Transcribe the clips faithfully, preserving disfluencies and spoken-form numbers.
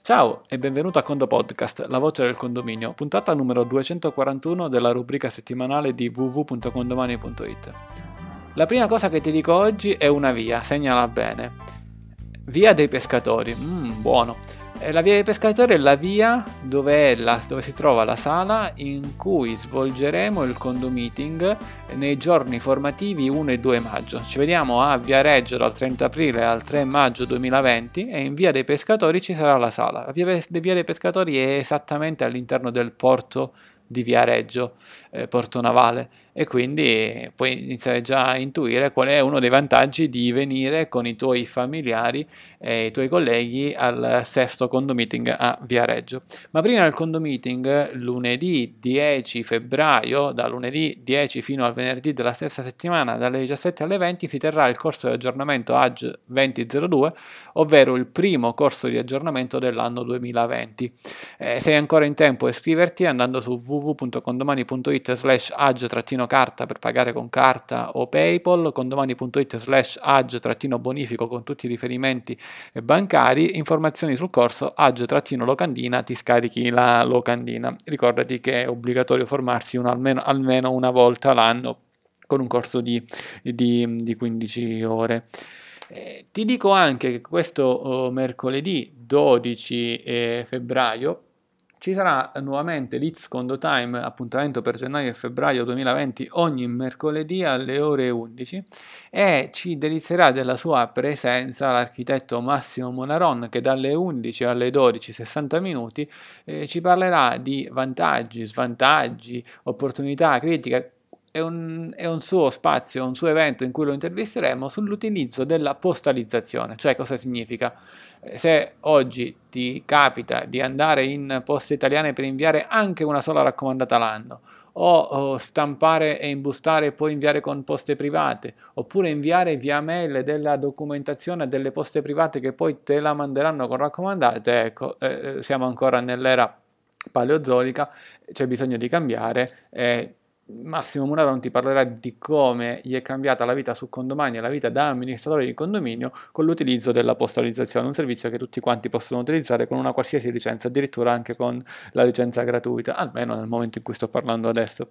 Ciao e benvenuto a Condo Podcast, la voce del condominio, puntata numero duecentoquarantuno della rubrica settimanale di w w w punto condomani punto it. La prima cosa che ti dico oggi è una via, segnala bene. Via dei Pescatori, mm, buono. La via dei Pescatori è la via dove, è la, dove si trova la sala in cui svolgeremo il condo meeting nei giorni formativi uno e due maggio. Ci vediamo a Viareggio dal trenta aprile al tre maggio duemilaventi e in via dei Pescatori ci sarà la sala. La via, via dei Pescatori è esattamente all'interno del porto di Viareggio, eh, porto navale, e quindi puoi iniziare già a intuire qual è uno dei vantaggi di venire con i tuoi familiari e i tuoi colleghi al sesto condo meeting a Viareggio. Ma prima del condo meeting, lunedì dieci febbraio, da lunedì dieci fino al venerdì della stessa settimana, dalle diciassette alle venti, si terrà il corso di aggiornamento A G E duemiladue, ovvero il primo corso di aggiornamento dell'anno duemilaventi. Eh, sei ancora in tempo a iscriverti andando su w w w punto condomani punto it slash ag carta per pagare con carta o PayPal, condomani punto it slash ag bonifico con tutti i riferimenti bancari, informazioni sul corso ag locandina, ti scarichi la locandina. Ricordati che è obbligatorio formarsi un, almeno, almeno una volta l'anno con un corso di, di, di quindici ore. Eh, ti dico anche che questo oh, mercoledì dodici eh, febbraio ci sarà nuovamente l'It's Condo Time, appuntamento per gennaio e febbraio duemilaventi, ogni mercoledì alle ore undici, e ci delizierà della sua presenza l'architetto Massimo Monaron, che dalle undici alle dodici, sessanta minuti, eh, ci parlerà di vantaggi, svantaggi, opportunità, critiche. È un, è un suo spazio, un suo evento in cui lo intervisteremo sull'utilizzo della postalizzazione. Cioè, cosa significa? Se oggi ti capita di andare in Poste Italiane per inviare anche una sola raccomandata l'anno, o, o stampare e imbustare e poi inviare con poste private, oppure inviare via mail della documentazione delle poste private che poi te la manderanno con raccomandate, ecco, eh, siamo ancora nell'era paleozoica, c'è bisogno di cambiare. eh, Massimo Monaron ti parlerà di come gli è cambiata la vita su Condomani e la vita da amministratore di condominio con l'utilizzo della postalizzazione, un servizio che tutti quanti possono utilizzare con una qualsiasi licenza, addirittura anche con la licenza gratuita, almeno nel momento in cui sto parlando adesso.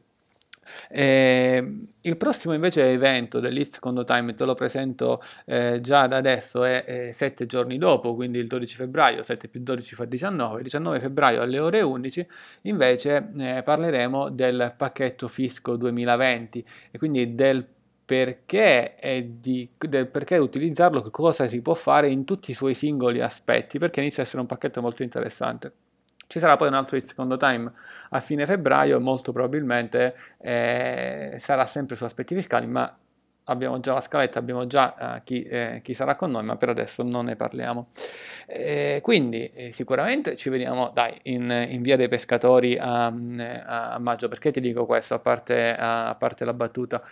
Eh, il prossimo invece evento dell'It's Condo Time te lo presento eh, già da adesso, è, è sette giorni dopo, quindi il dodici febbraio, sette più dodici fa diciannove, diciannove febbraio alle ore undici, invece eh, parleremo del pacchetto fisco duemilaventi e quindi del perché e di, del perché utilizzarlo, che cosa si può fare in tutti i suoi singoli aspetti, perché inizia a essere un pacchetto molto interessante. Ci sarà poi un altro It's Condo Time a fine febbraio e molto probabilmente eh, sarà sempre su aspetti fiscali, ma abbiamo già la scaletta, abbiamo già eh, chi, eh, chi sarà con noi, ma per adesso non ne parliamo. Eh, quindi eh, sicuramente ci vediamo dai, in, in via dei Pescatori a, a, a maggio. Perché ti dico questo, a parte, a, a parte la battuta?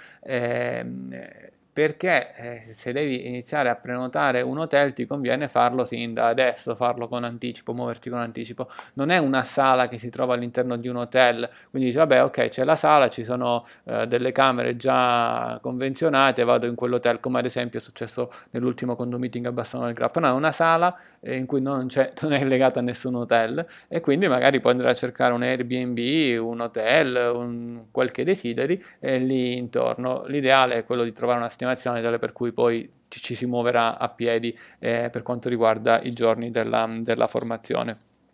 Eh, perché eh, se devi iniziare a prenotare un hotel ti conviene farlo sin da adesso, farlo con anticipo, muoverti con anticipo. Non è una sala che si trova all'interno di un hotel, quindi dici vabbè, ok, c'è la sala, ci sono eh, delle camere già convenzionate, vado in quell'hotel, come ad esempio è successo nell'ultimo condo meeting a Bassano del Grappa. No, è una sala eh, in cui non, c'è, non è legata a nessun hotel e quindi magari puoi andare a cercare un Airbnb, un hotel, un, quel che desideri eh, lì intorno. L'ideale è quello di trovare una settimana tale per cui poi ci, ci si muoverà a piedi eh, per quanto riguarda i giorni della, della formazione.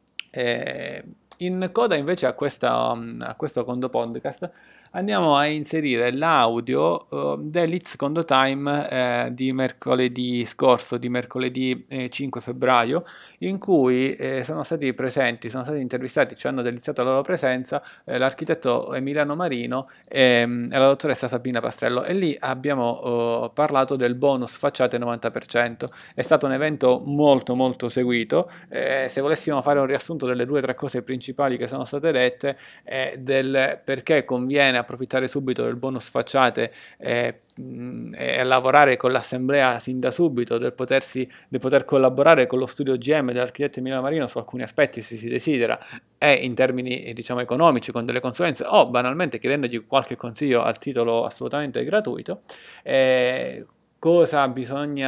Eh, in coda invece a, questa, a questo condo podcast andiamo a inserire l'audio uh, dell'It's Condo Time eh, di mercoledì scorso, di mercoledì eh, cinque febbraio, in cui eh, sono stati presenti, sono stati intervistati, ci hanno deliziato la loro presenza eh, l'architetto Emiliano Marino e, e la dottoressa Sabina Pastrello, e lì abbiamo uh, parlato del bonus facciate novanta per cento. È stato un evento molto molto seguito. Eh, se volessimo fare un riassunto delle due o tre cose principali che sono state dette, eh, del perché conviene approfittare subito del bonus facciate eh, e lavorare con l'assemblea sin da subito, del, potersi, del poter collaborare con lo studio G M dell'architetto Emiliano Marino su alcuni aspetti se si desidera, e in termini diciamo economici con delle consulenze o banalmente chiedendogli qualche consiglio al titolo assolutamente gratuito. Eh, cosa bisogna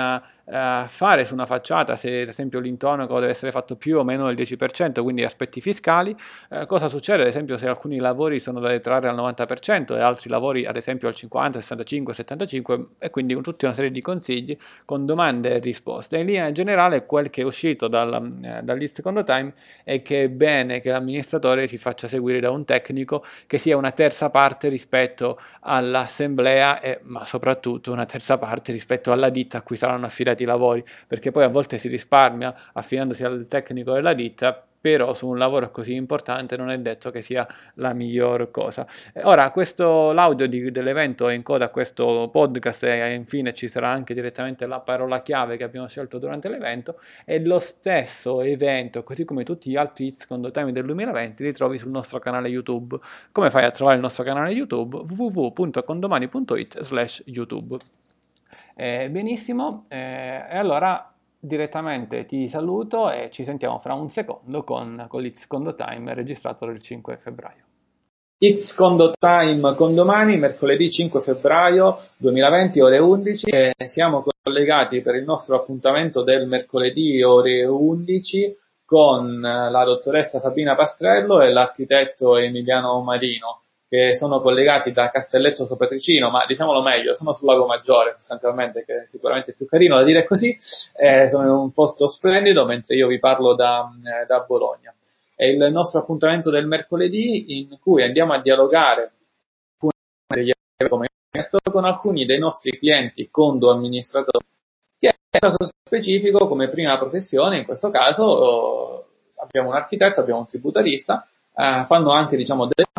eh, fare su una facciata, se ad esempio l'intonaco deve essere fatto più o meno del dieci per cento, quindi aspetti fiscali, eh, cosa succede ad esempio se alcuni lavori sono da detrarre al novanta per cento e altri lavori ad esempio al cinquanta, sessantacinque, settantacinque, e quindi un, tutta una serie di consigli con domande e risposte. In linea generale quel che è uscito dalla, eh, dagli Secondo Time è che è bene che l'amministratore si faccia seguire da un tecnico che sia una terza parte rispetto all'assemblea, e, ma soprattutto una terza parte rispetto alla ditta a cui saranno affidati i lavori, perché poi a volte si risparmia affidandosi al tecnico della ditta, però su un lavoro così importante non è detto che sia la miglior cosa. Ora, questo l'audio di, dell'evento è in coda a questo podcast e infine ci sarà anche direttamente la parola chiave che abbiamo scelto durante l'evento, e lo stesso evento, così come tutti gli altri Secondo Time del duemilaventi, li trovi sul nostro canale YouTube. Come fai a trovare il nostro canale YouTube? w w w punto condomani punto it slash youtube. Eh, benissimo, eh, e allora direttamente ti saluto e ci sentiamo fra un secondo con, con l'It's Secondo Time registrato il cinque febbraio. It's Secondo Time con domani, mercoledì cinque febbraio duemilaventi, ore undici, e siamo collegati per il nostro appuntamento del mercoledì ore undici con la dottoressa Sabina Pastrello e l'architetto Emiliano Marino, che sono collegati da Castelletto Sopratricino, ma diciamolo meglio, sono sul Lago Maggiore sostanzialmente, che è sicuramente più carino da dire così. Eh, sono in un posto splendido mentre io vi parlo da, eh, da Bologna. È il nostro appuntamento del mercoledì in cui andiamo a dialogare come questo con alcuni dei nostri clienti condo amministratori, che è un caso specifico come prima professione. In questo caso eh, abbiamo un architetto, abbiamo un tributarista, eh, fanno anche diciamo delle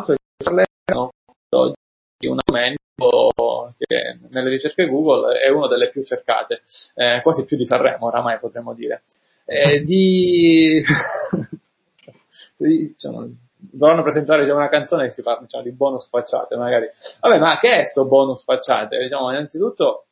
un aumento che nelle ricerche Google è una delle più cercate, eh, quasi più di Sanremo oramai potremmo dire. Eh, di diciamo, dovranno presentare diciamo, una canzone che si parla diciamo, di bonus facciate magari. Vabbè, ma che è sto bonus facciate? Diciamo, innanzitutto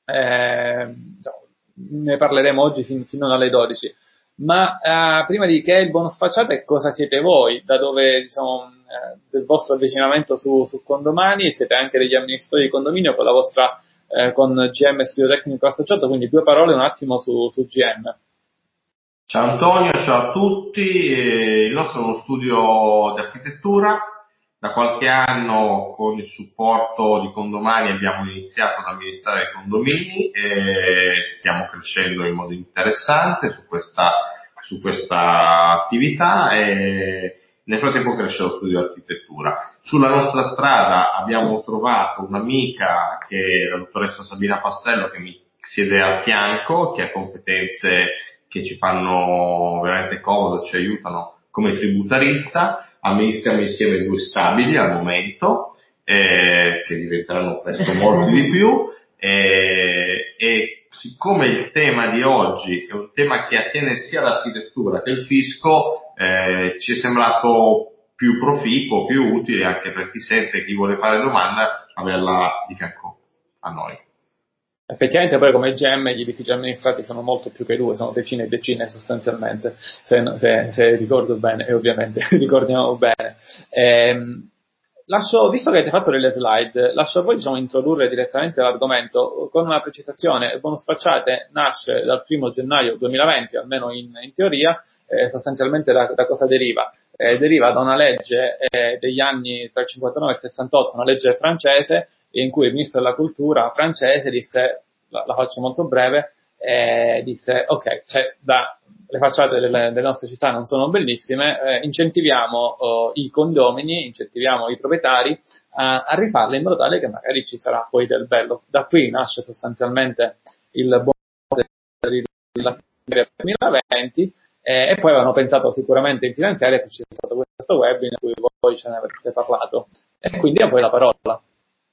eh, diciamo, ne parleremo oggi fin, fino alle dodici, ma eh, prima di che il bonus facciate, cosa siete voi? Da dove diciamo eh, del vostro avvicinamento su, su Condomani? Siete anche degli amministratori di condominio con la vostra eh, con G M Studio Tecnico Associato, quindi due parole un attimo su, su G M. Ciao Antonio, ciao a tutti. Il nostro è uno studio di architettura. Da qualche anno con il supporto di Condomani abbiamo iniziato ad amministrare i condomini e stiamo crescendo in modo interessante su questa, su questa attività, e nel frattempo cresce lo studio di architettura. Sulla nostra strada abbiamo trovato un'amica che è la dottoressa Sabina Pastrello, che mi siede al fianco, che ha competenze che ci fanno veramente comodo, ci aiutano come tributarista. Amministriamo insieme due stabili al momento, eh, che diventeranno presto molti di più, eh, e siccome il tema di oggi è un tema che attiene sia all'architettura che al fisco, eh, ci è sembrato più proficuo, più utile anche per chi sente, chi vuole fare domanda, averla di fianco a noi. Effettivamente poi come G M gli edifici amministrati sono molto più che due, sono decine e decine sostanzialmente, se, se, se ricordo bene, e ovviamente ricordiamo bene. Ehm, lascio, visto che avete fatto delle slide, lascio a voi diciamo, introdurre direttamente l'argomento con una precisazione. Il bonus facciate nasce dal primo gennaio duemilaventi, almeno in, in teoria. Eh, sostanzialmente da, da cosa deriva? Eh, deriva da una legge eh, degli anni tra il cinquantanove e il sessantotto, una legge francese, in cui il ministro della cultura francese disse, la, la faccio molto breve, eh, disse ok, cioè, da, le facciate delle, delle nostre città non sono bellissime, eh, incentiviamo oh, i condomini, incentiviamo i proprietari a, a rifarle in modo tale che magari ci sarà poi del bello. Da qui nasce sostanzialmente il bonus del duemilaventi, eh, e poi avevano pensato sicuramente in finanziaria, che c'è stato questo webinar in cui voi ce ne avreste parlato, e quindi a voi la parola.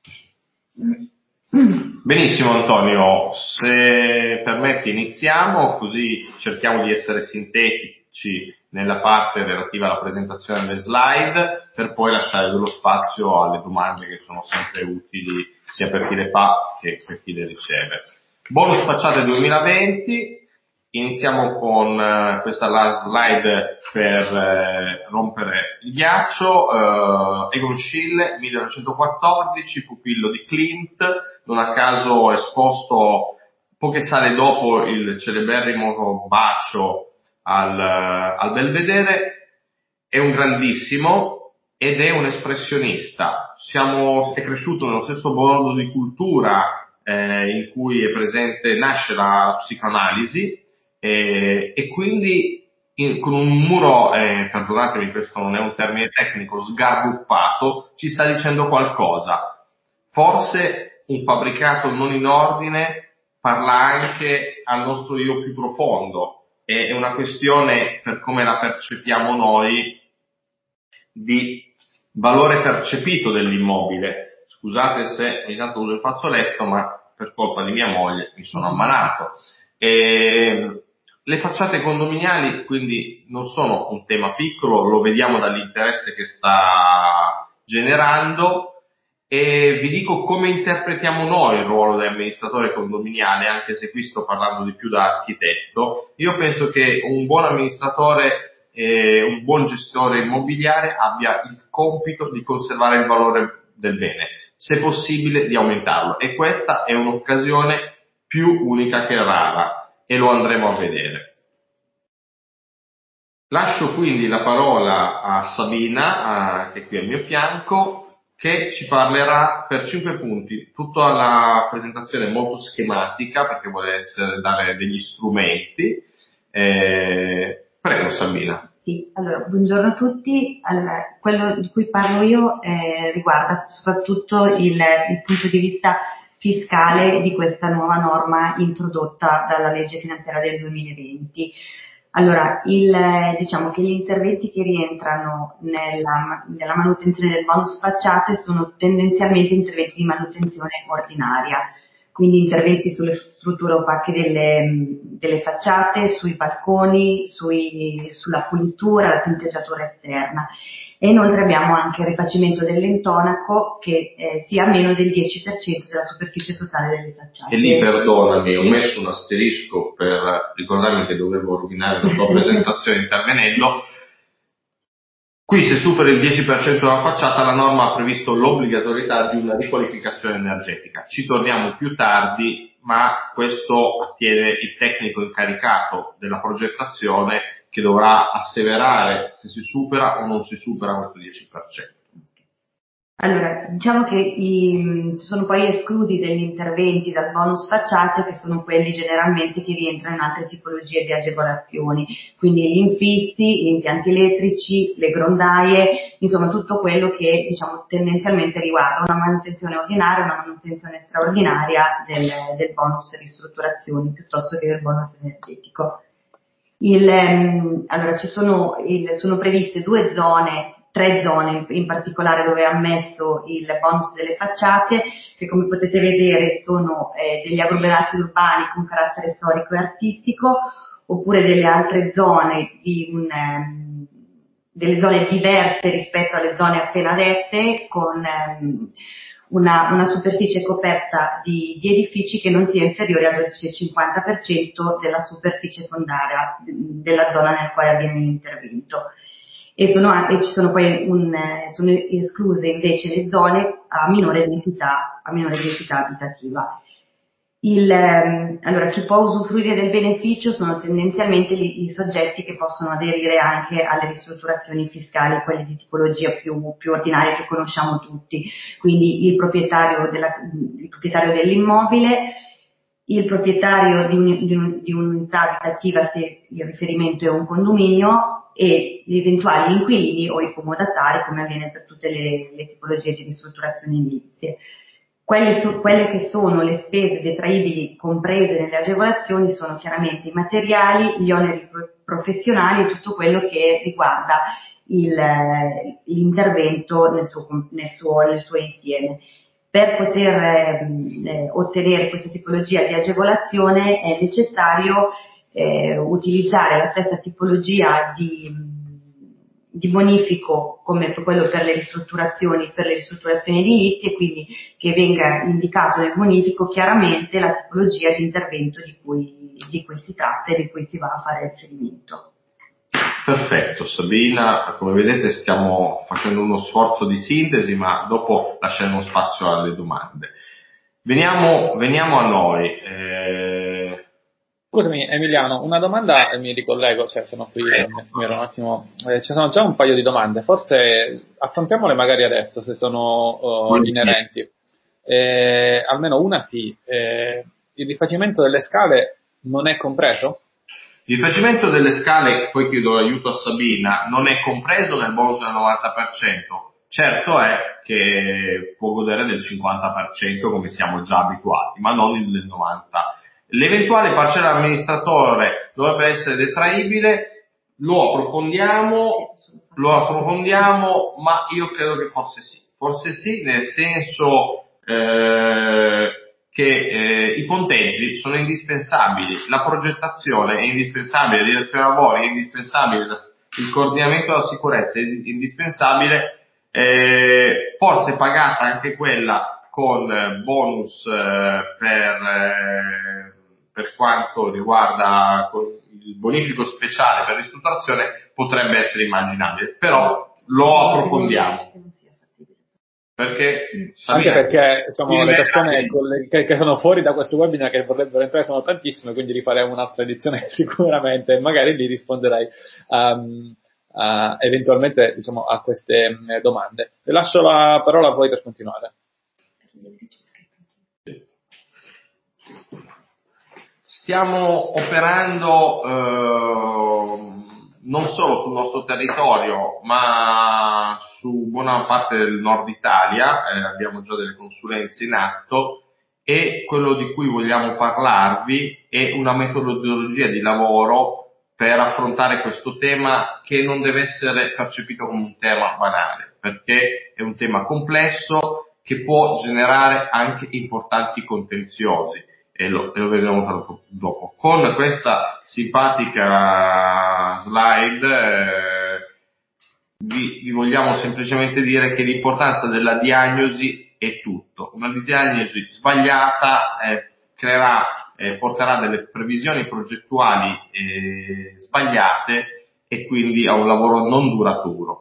Benissimo Antonio, se permetti iniziamo, così cerchiamo di essere sintetici nella parte relativa alla presentazione delle slide, per poi lasciare dello spazio alle domande che sono sempre utili sia per chi le fa che per chi le riceve. Bonus facciate duemilaventi, iniziamo con uh, questa la slide per uh, rompere il ghiaccio. uh, Egon Schiele, millenovecentoquattordici, pupillo di Klimt, non a caso esposto poche sale dopo il celeberrimo bacio al, al Belvedere. È un grandissimo ed è un espressionista. Siamo, è cresciuto nello stesso modo di cultura eh, in cui è presente, nasce la psicoanalisi eh, e quindi in, con un muro, eh, perdonatemi, questo non è un termine tecnico, sgarruppato, ci sta dicendo qualcosa. Forse un fabbricato non in ordine parla anche al nostro io più profondo. È una questione, per come la percepiamo noi, di valore percepito dell'immobile. Scusate se ogni tanto uso il fazzoletto, ma per colpa di mia moglie mi sono ammalato. E le facciate condominiali quindi non sono un tema piccolo, lo vediamo dall'interesse che sta generando. E vi dico come interpretiamo noi il ruolo di amministratore condominiale, anche se qui sto parlando di più da architetto. Io penso che un buon amministratore e un buon gestore immobiliare abbia il compito di conservare il valore del bene, se possibile di aumentarlo, e questa è un'occasione più unica che rara e lo andremo a vedere. Lascio quindi la parola a Sabina, a, che è qui al mio fianco, che ci parlerà per cinque punti, tutta la presentazione molto schematica perché vuole essere, dare degli strumenti. Eh, prego Sabina. Sì, allora, buongiorno a tutti. Allora, quello di cui parlo io eh, riguarda soprattutto il, il punto di vista fiscale di questa nuova norma introdotta dalla legge finanziaria del duemilaventi. Allora, il, diciamo che gli interventi che rientrano nella, nella manutenzione del bonus facciate sono tendenzialmente interventi di manutenzione ordinaria, quindi interventi sulle strutture opache delle, delle facciate, sui balconi, sui, sulla pulitura, la tinteggiatura esterna. E inoltre abbiamo anche il rifacimento dell'intonaco che eh, sia meno del dieci per cento della superficie totale delle facciate. E lì, perdonami, ho messo un asterisco per ricordarmi che dovevo rovinare la tua presentazione intervenendo. Qui se supera il dieci per cento della facciata la norma ha previsto l'obbligatorietà di una riqualificazione energetica. Ci torniamo più tardi, ma questo attiene il tecnico incaricato della progettazione che dovrà asseverare se si supera o non si supera questo dieci per cento. Allora, diciamo che i, sono poi esclusi degli interventi dal bonus facciate, che sono quelli generalmente che rientrano in altre tipologie di agevolazioni, quindi gli infissi, gli impianti elettrici, le grondaie, insomma tutto quello che diciamo tendenzialmente riguarda una manutenzione ordinaria, una manutenzione straordinaria del, del bonus ristrutturazioni piuttosto che del bonus energetico. Il, ehm, allora ci sono, il, sono previste due zone, tre zone in particolare dove è ammesso il bonus delle facciate, che come potete vedere sono eh, degli agglomerati urbani con carattere storico e artistico, oppure delle altre zone di un, ehm, delle zone diverse rispetto alle zone appena dette, con ehm, Una, una superficie coperta di, di edifici che non sia inferiore al dodici virgola cinquanta per cento della superficie fondaria della zona nel quale avviene l'intervento. E, sono, e ci sono poi un, sono escluse invece le zone a minore densità, a minore densità abitativa. Il, allora, chi può usufruire del beneficio sono tendenzialmente gli, i soggetti che possono aderire anche alle ristrutturazioni fiscali, quelle di tipologia più, più ordinaria che conosciamo tutti, quindi il proprietario, della, il proprietario dell'immobile, il proprietario di, un, di, un, di un'unità abitativa se il riferimento è un condominio e gli eventuali inquilini o i comodatari, come avviene per tutte le, le tipologie di ristrutturazioni edilizie. Quelle, su, quelle che sono le spese detraibili comprese nelle agevolazioni sono chiaramente i materiali, gli oneri pro- professionali e tutto quello che riguarda il, l'intervento nel suo, nel, suo, nel suo insieme. Per poter eh, ottenere questa tipologia di agevolazione è necessario eh, utilizzare la stessa tipologia di di bonifico come quello per le ristrutturazioni, per le ristrutturazioni edilizie, quindi che venga indicato nel bonifico chiaramente la tipologia di intervento di cui, di cui si tratta e di cui si va a fare riferimento. Perfetto Sabina, come vedete stiamo facendo uno sforzo di sintesi, ma dopo lasceremo spazio alle domande. Veniamo, veniamo a noi. Eh... Scusami Emiliano, una domanda, mi ricollego, cioè sono qui, eh, mi ero un attimo, eh, ci sono già un paio di domande, forse affrontiamole magari adesso se sono uh, inerenti. Eh, almeno una sì, eh, il rifacimento delle scale non è compreso? Il rifacimento delle scale, poi chiedo l'aiuto a Sabina, non è compreso nel bonus del novanta per cento. Certo è che può godere del cinquanta per cento come siamo già abituati, ma non il del novanta per cento. L'eventuale parcella amministratore dovrebbe essere detraibile, lo approfondiamo, lo approfondiamo, ma io credo che forse sì. Forse sì, nel senso eh, che eh, i ponteggi sono indispensabili, la progettazione è indispensabile, la direzione lavori è indispensabile, il coordinamento della sicurezza è indispensabile, eh, forse pagata anche quella con bonus eh, per, eh, per quanto riguarda il bonifico speciale per ristrutturazione potrebbe essere immaginabile, però lo approfondiamo. Perché, anche perché diciamo, le persone che, che sono fuori da questo webinar che vorrebbero entrare sono tantissime, quindi rifaremo un'altra edizione sicuramente e magari li risponderai um, uh, eventualmente diciamo, a queste um, domande. Le lascio la parola a voi per continuare. Stiamo operando eh, non solo sul nostro territorio, ma su buona parte del nord Italia, eh, abbiamo già delle consulenze in atto e quello di cui vogliamo parlarvi è una metodologia di lavoro per affrontare questo tema che non deve essere percepito come un tema banale, perché è un tema complesso che può generare anche importanti contenziosi. E lo, e lo vedremo dopo. Con questa simpatica slide eh, vi, vi vogliamo semplicemente dire che l'importanza della diagnosi è tutto. Una diagnosi sbagliata eh, creerà, eh, porterà delle previsioni progettuali eh, sbagliate e quindi a un lavoro non duraturo.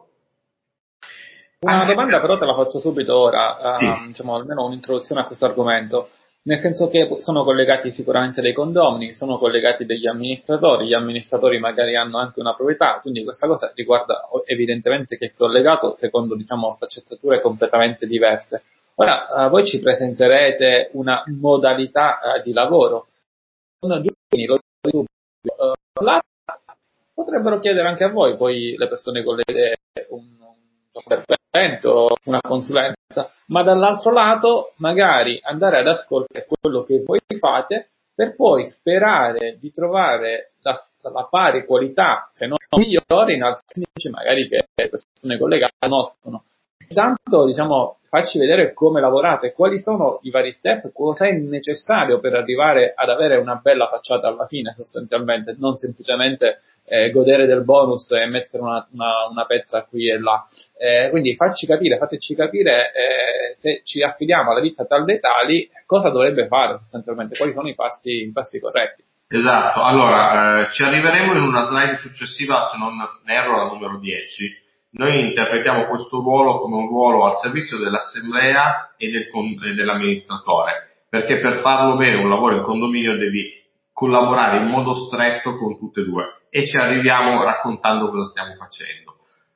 Una domanda però te la faccio subito ora, sì. uh, diciamo almeno un'introduzione a questo argomento. Nel senso che sono collegati sicuramente dei condomini, sono collegati degli amministratori, gli amministratori magari hanno anche una proprietà, quindi questa cosa riguarda evidentemente che è collegato secondo diciamo sfaccettature completamente diverse. Ora uh, voi ci presenterete una modalità uh, di lavoro. Lo dico subito, uh, là potrebbero chiedere anche a voi, poi le persone collegate un, un intervento, una consulenza, ma dall'altro lato magari andare ad ascoltare quello che voi fate per poi sperare di trovare la, la pari qualità, se non migliore, in altri tecnici magari che le persone collegate conoscono. Intanto, diciamo, facci vedere come lavorate, quali sono i vari step, cosa è necessario per arrivare ad avere una bella facciata alla fine, sostanzialmente, non semplicemente eh, godere del bonus e mettere una, una, una pezza qui e là. Eh, quindi facci capire, fateci capire eh, se ci affidiamo alla ditta tal dei tali, cosa dovrebbe fare sostanzialmente, quali sono i passi, i passi corretti. Esatto, allora eh, ci arriveremo in una slide successiva, se non erro la numero dieci. Noi interpretiamo questo ruolo come un ruolo al servizio dell'assemblea e, del, e dell'amministratore, perché per farlo bene un lavoro in condominio devi collaborare in modo stretto con tutte e due e ci arriviamo raccontando cosa stiamo facendo.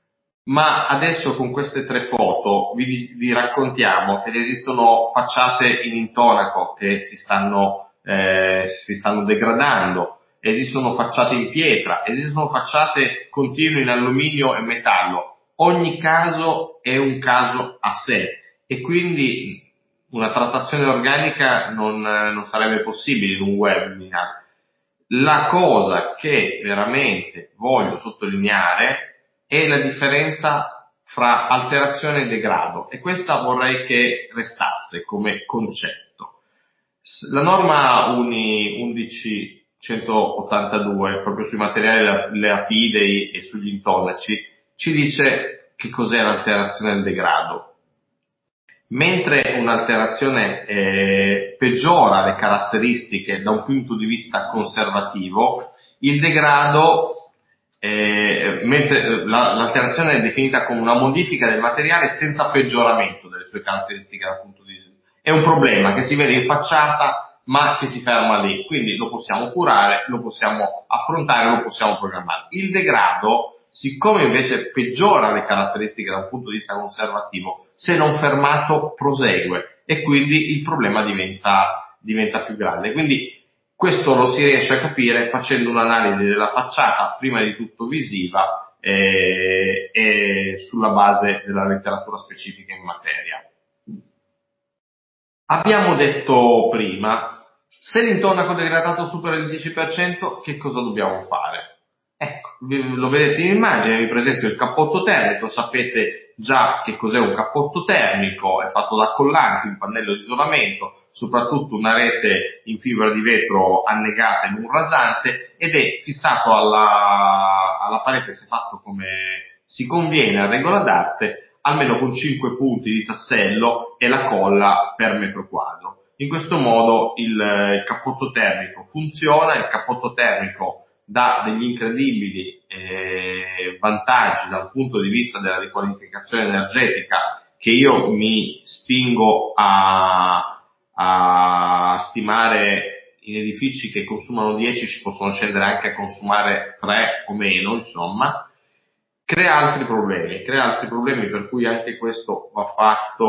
Ma adesso con queste tre foto vi, vi raccontiamo che esistono facciate in intonaco che si stanno, eh, si stanno degradando. Esistono facciate in pietra, esistono facciate continue in alluminio e metallo. Ogni caso è un caso a sé e quindi una trattazione organica non, non sarebbe possibile in un webinar. La cosa che veramente voglio sottolineare è la differenza fra alterazione e degrado e questa vorrei che restasse come concetto. La norma Uni undici centottantadue, proprio sui materiali leapidei e sugli intonaci, ci dice che cos'è l'alterazione del degrado. Mentre un'alterazione eh, peggiora le caratteristiche da un punto di vista conservativo, il degrado, eh, mentre la, l'alterazione è definita come una modifica del materiale senza peggioramento delle sue caratteristiche dal punto di vista. È un problema che si vede in facciata ma che si ferma lì, quindi lo possiamo curare, lo possiamo affrontare, lo possiamo programmare. Il degrado, siccome invece peggiora le caratteristiche da un punto di vista conservativo, se non fermato prosegue e quindi il problema diventa, diventa più grande. Quindi questo lo si riesce a capire facendo un'analisi della facciata, prima di tutto visiva, e, e sulla base della letteratura specifica in materia. Abbiamo detto prima, se l'intonaco degradato supera il dieci per cento, che cosa dobbiamo fare? Ecco, lo vedete in immagine, vi presento il cappotto termico, sapete già che cos'è un cappotto termico, è fatto da collanti, un pannello di isolamento, soprattutto una rete in fibra di vetro annegata in un rasante ed è fissato alla, alla parete, se fatto come si conviene a regola d'arte, almeno con cinque punti di tassello e la colla per metro quadro. In questo modo il, il cappotto termico funziona, il cappotto termico dà degli incredibili eh, vantaggi dal punto di vista della riqualificazione energetica che io mi spingo a, a stimare. In edifici che consumano dieci ci possono scendere anche a consumare tre o meno, insomma. Crea altri problemi, crea altri problemi per cui anche questo va fatto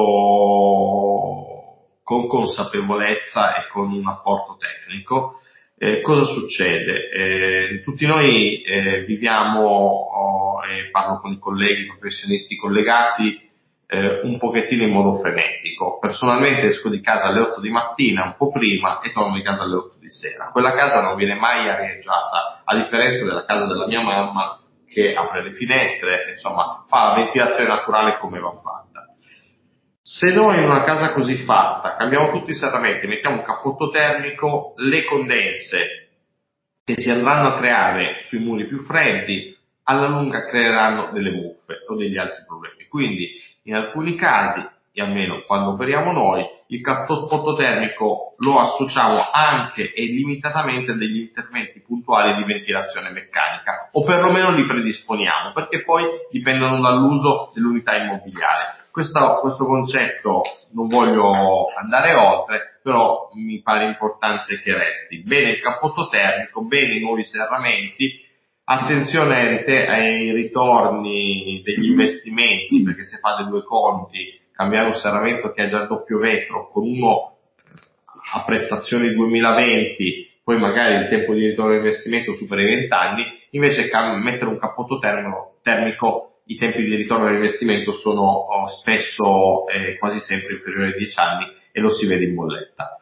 con consapevolezza e con un apporto tecnico. Eh, cosa succede? Eh, tutti noi eh, viviamo, oh, e parlo con i colleghi professionisti collegati, eh, un pochettino in modo frenetico. Personalmente esco di casa alle otto di mattina, un po' prima, e torno di casa alle otto di sera. Quella casa non viene mai arieggiata, a differenza della casa della mia mamma, che apre le finestre, insomma, fa la ventilazione naturale come va fatta. Se noi in una casa così fatta cambiamo tutti i serramenti, mettiamo un cappotto termico, le condense che si andranno a creare sui muri più freddi, alla lunga creeranno delle muffe o degli altri problemi. Quindi, in alcuni casi, e almeno quando operiamo noi, il cappotto termico lo associamo anche e limitatamente a degli interventi puntuali di ventilazione meccanica, o perlomeno li predisponiamo, perché poi dipendono dall'uso dell'unità immobiliare. Questo, questo concetto non voglio andare oltre, però mi pare importante che resti. Bene il cappotto termico, bene i nuovi serramenti, attenzione ai ritorni degli investimenti, perché se fate due conti, cambiare un serramento che ha già il doppio vetro con uno a prestazioni duemilaventi, poi magari il tempo di ritorno all'investimento supera i venti anni, invece mettere un cappotto termico, termico i tempi di ritorno all'investimento sono oh, spesso eh, quasi sempre inferiori ai dieci anni e lo si vede in bolletta.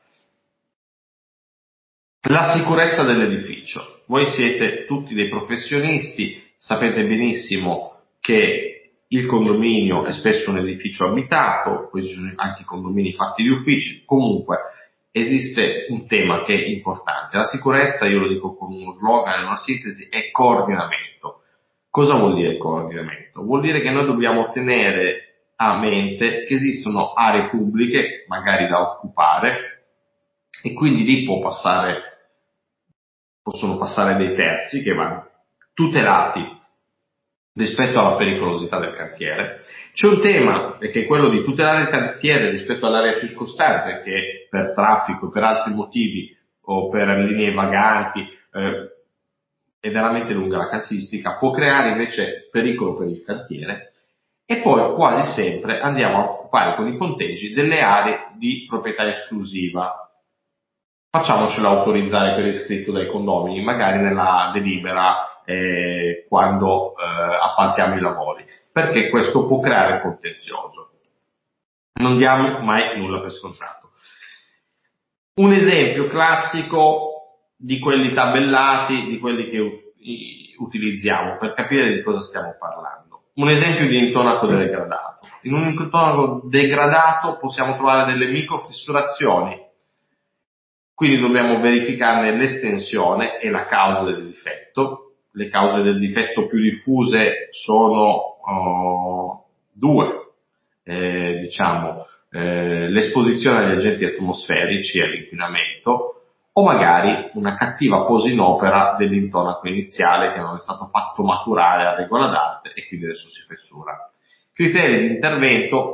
La sicurezza dell'edificio. Voi siete tutti dei professionisti, sapete benissimo che il condominio è spesso un edificio abitato, poi ci sono anche i condomini fatti di uffici. Comunque esiste un tema che è importante. La sicurezza, io lo dico con uno slogan, una sintesi, è coordinamento. Cosa vuol dire coordinamento? Vuol dire che noi dobbiamo tenere a mente che esistono aree pubbliche, magari da occupare, e quindi lì può passare, possono passare dei terzi che vanno tutelati rispetto alla pericolosità del cantiere. C'è un tema che è quello di tutelare il cantiere rispetto all'area circostante, che per traffico e per altri motivi o per linee vaganti eh, è veramente lunga la casistica, può creare invece pericolo per il cantiere. E poi quasi sempre andiamo a occupare con i ponteggi delle aree di proprietà esclusiva. Facciamocelo autorizzare per iscritto dai condomini, magari nella delibera eh, quando eh, appaltiamo i lavori, perché questo può creare contenzioso. Non diamo mai nulla per scontato. Un esempio classico di quelli tabellati, di quelli che u- utilizziamo per capire di cosa stiamo parlando. Un esempio di intonaco degradato. In un intonaco degradato possiamo trovare delle microfissurazioni, quindi dobbiamo verificarne l'estensione e la causa del difetto. Le cause del difetto più diffuse sono uh, due, eh, diciamo, eh, l'esposizione agli agenti atmosferici e all'inquinamento, o magari una cattiva posa in opera dell'intonaco iniziale che non è stato fatto maturare a regola d'arte e quindi adesso si fessura. Criteri di intervento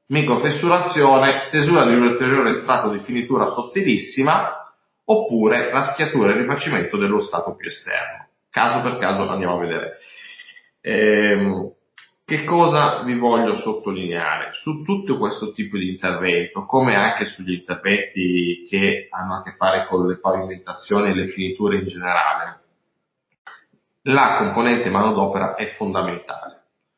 microfessurazione, stesura di un ulteriore strato di finitura sottilissima, oppure raschiatura e rifacimento dello strato più esterno. Caso per caso andiamo a vedere. Ehm, che cosa vi voglio sottolineare? Su tutto questo tipo di intervento, come anche sugli interventi che hanno a che fare con le pavimentazioni e le finiture in generale, la componente manodopera è fondamentale.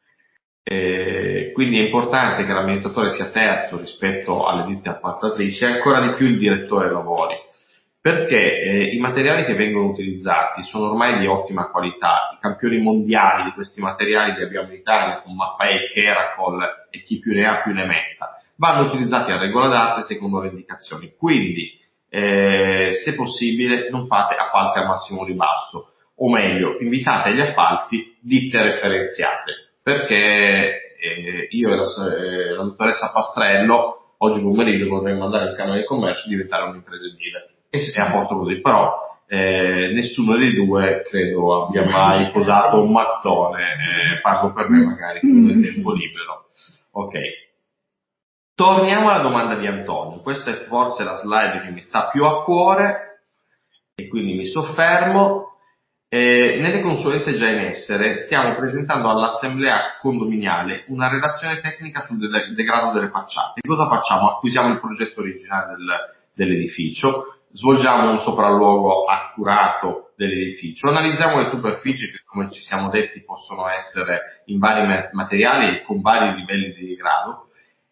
Eh, quindi è importante che l'amministratore sia terzo rispetto alle ditte appaltatrici e ancora di più il direttore lavori, perché eh, i materiali che vengono utilizzati sono ormai di ottima qualità. I campioni mondiali di questi materiali li abbiamo in Italia con Mapei, Keracol e chi più ne ha più ne metta. Vanno utilizzati a regola d'arte secondo le indicazioni, quindi eh, se possibile non fate appalti al massimo ribasso, o meglio invitate agli appalti ditte referenziate, perché eh, io e la, eh, la dottoressa Pastrello oggi pomeriggio vorremmo andare in Camera di Commercio e diventare un'impresa edile. E è a posto così, però eh, nessuno dei due credo abbia mai posato un mattone, eh, parlo per me magari con il tempo libero. Ok, torniamo alla domanda di Antonio. Questa è forse la slide che mi sta più a cuore e quindi mi soffermo. Eh, nelle consulenze già in essere stiamo presentando all'assemblea condominiale una relazione tecnica sul de- degrado delle facciate. Cosa facciamo? Acquisiamo il progetto originale del, dell'edificio, svolgiamo un sopralluogo accurato dell'edificio, analizziamo le superfici che, come ci siamo detti, possono essere in vari materiali e con vari livelli di degrado.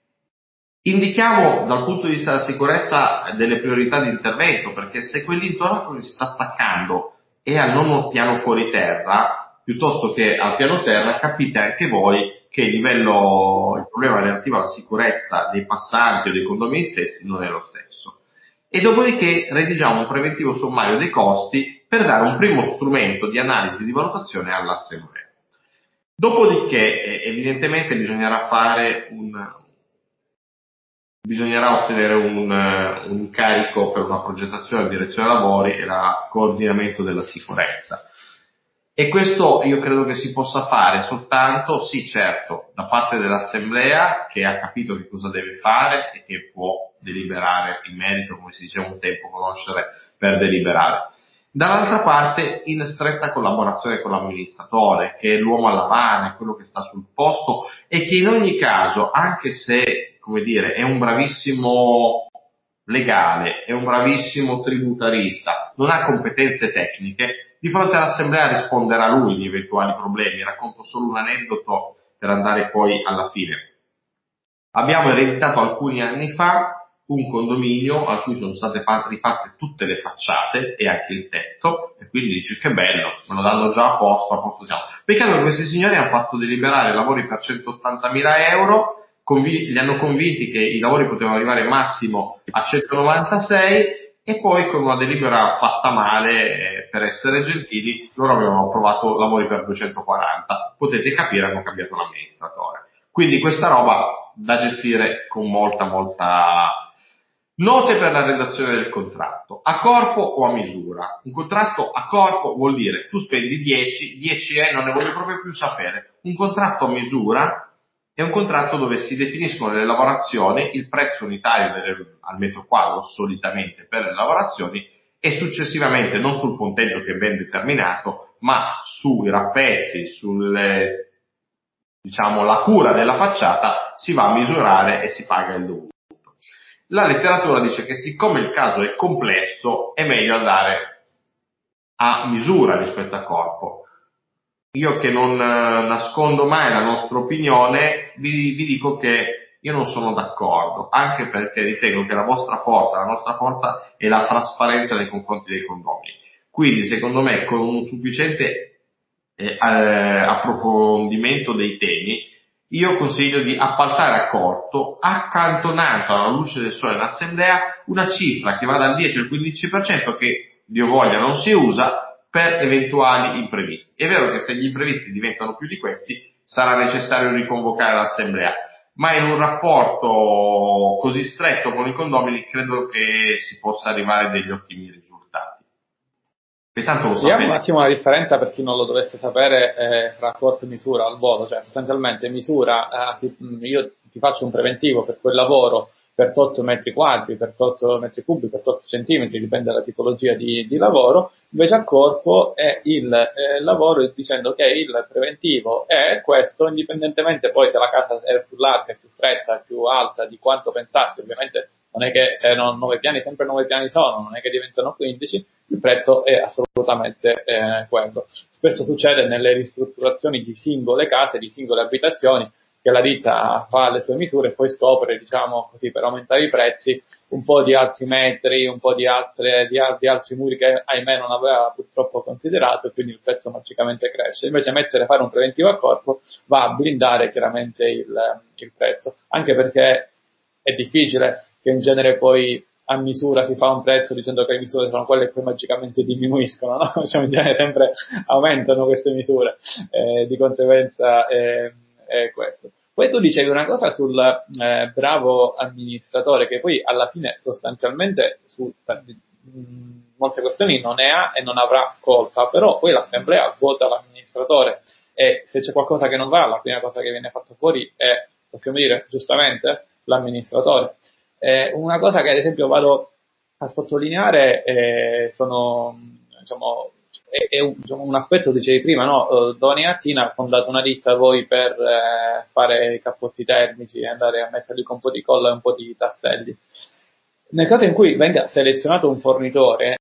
Indichiamo dal punto di vista della sicurezza delle priorità di intervento, perché se quell'intonaco si sta attaccando e al nono piano fuori terra, piuttosto che al piano terra, capite anche voi che il livello, il problema relativo alla sicurezza dei passanti o dei condomini stessi non è lo stesso. E dopodiché redigiamo un preventivo sommario dei costi per dare un primo strumento di analisi e di valutazione all'assemblea. Dopodiché, evidentemente, bisognerà fare un, bisognerà ottenere un, un incarico per una progettazione, la direzione lavori e il coordinamento della sicurezza. E questo io credo che si possa fare soltanto, sì certo, da parte dell'assemblea che ha capito che cosa deve fare e che può deliberare in merito, come si diceva un tempo, conoscere per deliberare. Dall'altra parte in stretta collaborazione con l'amministratore, che è l'uomo alla mano, è quello che sta sul posto e che in ogni caso, anche se, come dire, è un bravissimo legale, è un bravissimo tributarista, non ha competenze tecniche, di fronte all'assemblea risponderà lui di eventuali problemi. Racconto solo un aneddoto per andare poi alla fine. Abbiamo ereditato alcuni anni fa un condominio a cui sono state rifatte tutte le facciate e anche il tetto, e quindi dici che bello, me lo danno già a posto, a posto siamo. Peccato che questi signori hanno fatto deliberare lavori per centottantamila euro, conv- li hanno convinti che i lavori potevano arrivare massimo a centonovantasei, e poi con una delibera fatta male, eh, per essere gentili, loro avevano approvato lavori per duecentoquaranta. Potete capire, hanno cambiato l'amministratore. Quindi questa roba da gestire con molta, molta... Note per la redazione del contratto, a corpo o a misura. Un contratto a corpo vuol dire tu spendi dieci, dieci è, non ne voglio proprio più sapere. Un contratto a misura è un contratto dove si definiscono le lavorazioni, il prezzo unitario delle, al metro quadro solitamente per le lavorazioni e successivamente non sul punteggio che è ben determinato, ma sui rappezzi, sulle, diciamo, la cura della facciata si va a misurare e si paga il dovuto. La letteratura dice che siccome il caso è complesso è meglio andare a misura rispetto a corpo. Io che non nascondo mai la nostra opinione, vi, vi dico che io non sono d'accordo, anche perché ritengo che la vostra forza, la nostra forza è la trasparenza nei confronti dei condomini. Quindi secondo me con un sufficiente eh, approfondimento dei temi, io consiglio di appaltare a corto, accantonato alla luce del sole in assemblea, una cifra che va dal dieci al quindici per cento che, Dio voglia, non si usa per eventuali imprevisti. È vero che se gli imprevisti diventano più di questi, sarà necessario riconvocare l'assemblea, ma in un rapporto così stretto con i condomini credo che si possa arrivare a degli ottimi risultati. E tanto lo Vediamo un attimo la differenza per chi non lo dovesse sapere eh, tra corpo e misura al volo, cioè sostanzialmente misura, eh, io ti faccio un preventivo per quel lavoro per otto metri quadri, per otto metri cubi, per otto centimetri, dipende dalla tipologia di, di lavoro, invece a corpo è il eh, lavoro dicendo che il preventivo è questo, indipendentemente poi se la casa è più larga, più stretta, più alta, di quanto pensassi, ovviamente non è che se non nove piani, sempre nove piani sono, non è che diventano quindici, il prezzo è assolutamente eh, quello. Spesso succede nelle ristrutturazioni di singole case, di singole abitazioni, che la ditta fa le sue misure e poi scopre, diciamo così, per aumentare i prezzi, un po' di altri metri, un po' di, altre, di, di altri muri che ahimè non aveva purtroppo considerato, e quindi il prezzo magicamente cresce. Invece mettere a fare un preventivo a corpo va a blindare chiaramente il, il prezzo, anche perché è difficile che in genere poi a misura si fa un prezzo dicendo che le misure sono quelle che poi magicamente diminuiscono, no? Cioè in genere sempre aumentano queste misure, eh, di conseguenza eh, è questo. Poi tu dicevi una cosa sul eh, bravo amministratore, che poi alla fine sostanzialmente su mh, molte questioni non ne ha e non avrà colpa, però poi l'assemblea vota l'amministratore e se c'è qualcosa che non va, la prima cosa che viene fatta fuori è, possiamo dire giustamente, l'amministratore. Eh, una cosa che ad esempio vado a sottolineare eh, sono, diciamo, è, è un, diciamo, un aspetto, dicevi prima, no? Uh, Domani mattina ha fondato una ditta voi per eh, fare i cappotti termici e andare a metterli con un po' di colla e un po' di tasselli. Nel caso in cui venga selezionato un fornitore,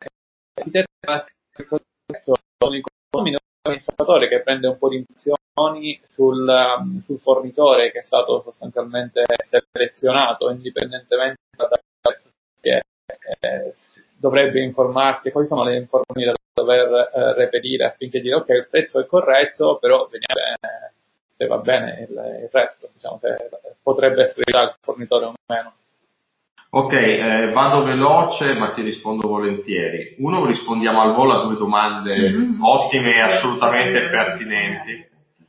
un amministratore che prende un po' di informazioni sul, um, sul fornitore che è stato sostanzialmente selezionato, indipendentemente da che eh, dovrebbe informarsi quali sono le informazioni da dover eh, reperire affinché dire ok, il prezzo è corretto, però vediamo bene se va bene il, il resto, diciamo, se potrebbe essere il fornitore o meno. Ok, eh, vado veloce ma ti rispondo volentieri. Uno, rispondiamo al volo a due domande mm-hmm. ottime e assolutamente pertinenti.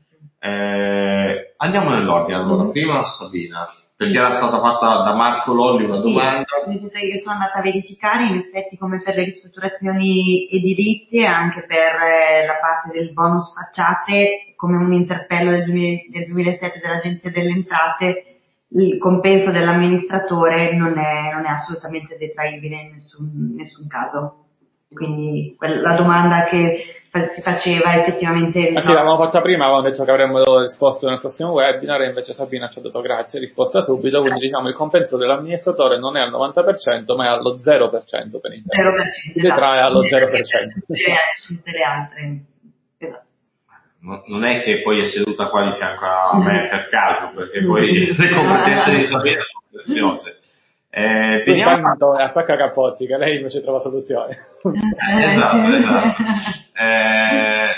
Eh, andiamo nell'ordine allora. Mm-hmm. Prima Sabina, perché sì. Era stata fatta da Marco Lolli una sì, domanda. Nel senso che sono andata a verificare, in effetti come per le ristrutturazioni edilizie, anche per eh, la parte del bonus facciate, come un interpello del, del duemilasette dell'Agenzia delle Entrate, il compenso dell'amministratore non è, non è assolutamente detraibile in nessun, nessun caso. Quindi la domanda che si faceva effettivamente... Ma no. Sì, l'avevamo fatta prima, avevamo detto che avremmo risposto nel prossimo webinar e invece Sabina ci ha detto grazie, risposta subito, quindi diciamo il compenso dell'amministratore non è al novanta per cento ma è allo zero per cento per intero. zero per cento, si detrae allo zero per cento. Tutte le altre, esatto. Non è che poi è seduta qua di fianco a me per caso, perché poi le competenze di Sabina sono preziose. Eh, veniamo... attacca Capozzi, che lei invece trova soluzioni. Eh, esatto, esatto. Eh,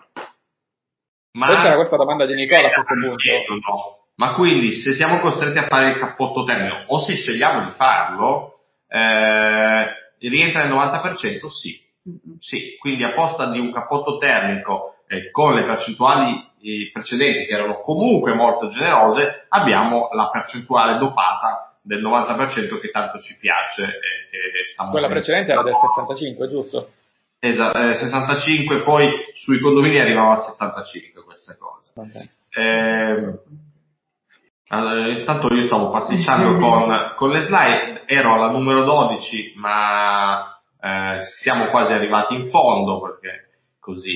ma poi c'era questa domanda di Nicola a questo punto. Chiedo, no. Ma quindi se siamo costretti a fare il cappotto termico o se scegliamo di farlo, eh, rientra nel novanta per cento? Sì. Sì, quindi a posta di un cappotto termico eh, con le percentuali eh, precedenti che erano comunque molto generose, abbiamo la percentuale dopata del novanta per cento che tanto ci piace. Eh, che Quella precedente era del sessantacinque, giusto? Esatto, eh, sessantacinque, poi sui condomini arrivava a settantacinque questa cosa. Okay. Eh, allora, intanto io stavo pasticciando con, con le slide, ero alla numero dodici, ma eh, siamo quasi arrivati in fondo, perché così.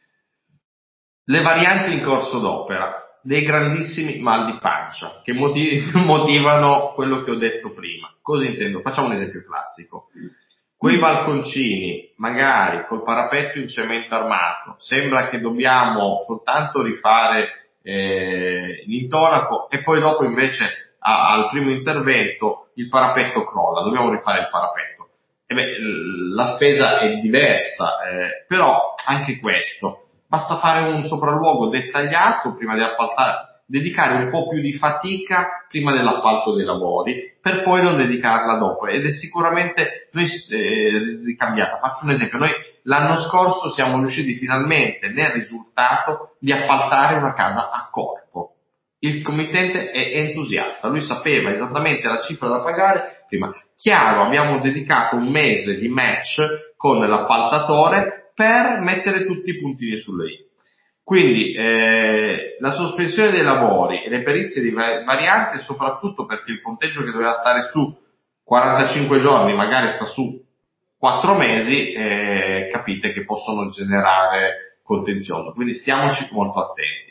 Le varianti in corso d'opera. Dei grandissimi mal di pancia che motiv- motivano quello che ho detto prima. Cosa intendo? Facciamo un esempio classico. Quei balconcini, magari col parapetto in cemento armato, sembra che dobbiamo soltanto rifare eh, l'intonaco e poi dopo invece a- al primo intervento il parapetto crolla, dobbiamo rifare il parapetto. E beh, la spesa è diversa, eh, però anche questo. Basta fare un sopralluogo dettagliato prima di appaltare, dedicare un po' più di fatica prima dell'appalto dei lavori, per poi non dedicarla dopo. Ed è sicuramente noi, eh, ricambiata. Faccio un esempio. Noi l'anno scorso siamo riusciti finalmente nel risultato di appaltare una casa a corpo. Il committente è entusiasta, lui sapeva esattamente la cifra da pagare prima. Chiaro, abbiamo dedicato un mese di match con l'appaltatore per mettere tutti i puntini sulle i. Quindi eh, la sospensione dei lavori e le perizie di variante, soprattutto perché il ponteggio che doveva stare su quarantacinque giorni magari sta su quattro mesi, eh, capite che possono generare contenzioso, quindi stiamoci molto attenti.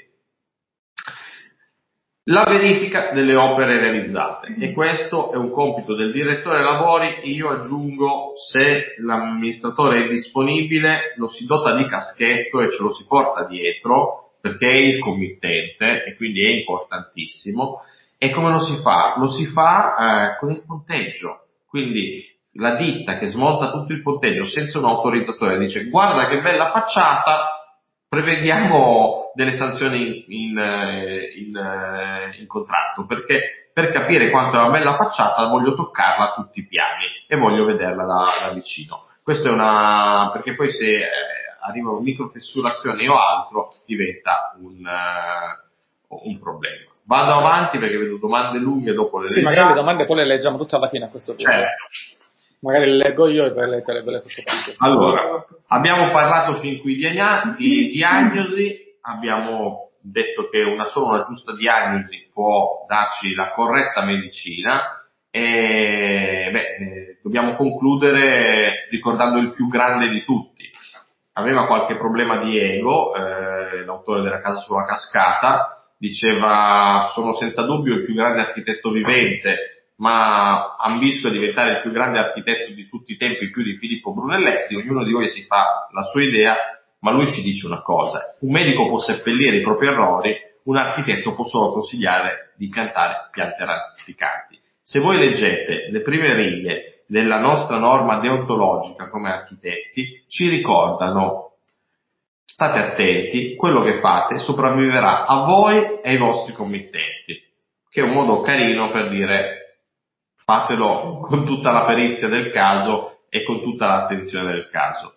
La verifica delle opere realizzate, e questo è un compito del direttore lavori. Io aggiungo, se l'amministratore è disponibile, lo si dota di caschetto e ce lo si porta dietro, perché è il committente e quindi è importantissimo. E come lo si fa? Lo si fa eh, con il ponteggio, quindi la ditta che smonta tutto il ponteggio senza un autorizzatore dice: guarda che bella facciata, prevediamo delle sanzioni in, in, in, in contratto, perché per capire quanto è una bella facciata voglio toccarla a tutti i piani e voglio vederla da, da vicino. Questo è una, perché poi se eh, arriva una microfessurazione o altro diventa un, uh, un problema. Vado avanti perché vedo domande lunghe dopo le Sì, leggiamo. magari le domande poi le leggiamo tutte alla fine a questo punto. Certo. Magari le leggo io e poi le, le, le faccio parte. Allora, abbiamo parlato fin qui di, di diagnosi, abbiamo detto che una sola una giusta diagnosi può darci la corretta medicina e beh, eh, dobbiamo concludere ricordando il più grande di tutti. Aveva qualche problema di ego, eh, l'autore della Casa sulla Cascata, diceva: sono senza dubbio il più grande architetto vivente, ma ambisco a diventare il più grande architetto di tutti i tempi, più di Filippo Brunelleschi. Ognuno di voi si fa la sua idea, ma lui ci dice una cosa: un medico può seppellire i propri errori, un architetto può solo consigliare di piantare piante ramificanti. Se voi leggete le prime righe della nostra norma deontologica come architetti, ci ricordano: state attenti, quello che fate sopravviverà a voi e ai vostri committenti, che è un modo carino per dire: fatelo con tutta la perizia del caso e con tutta l'attenzione del caso.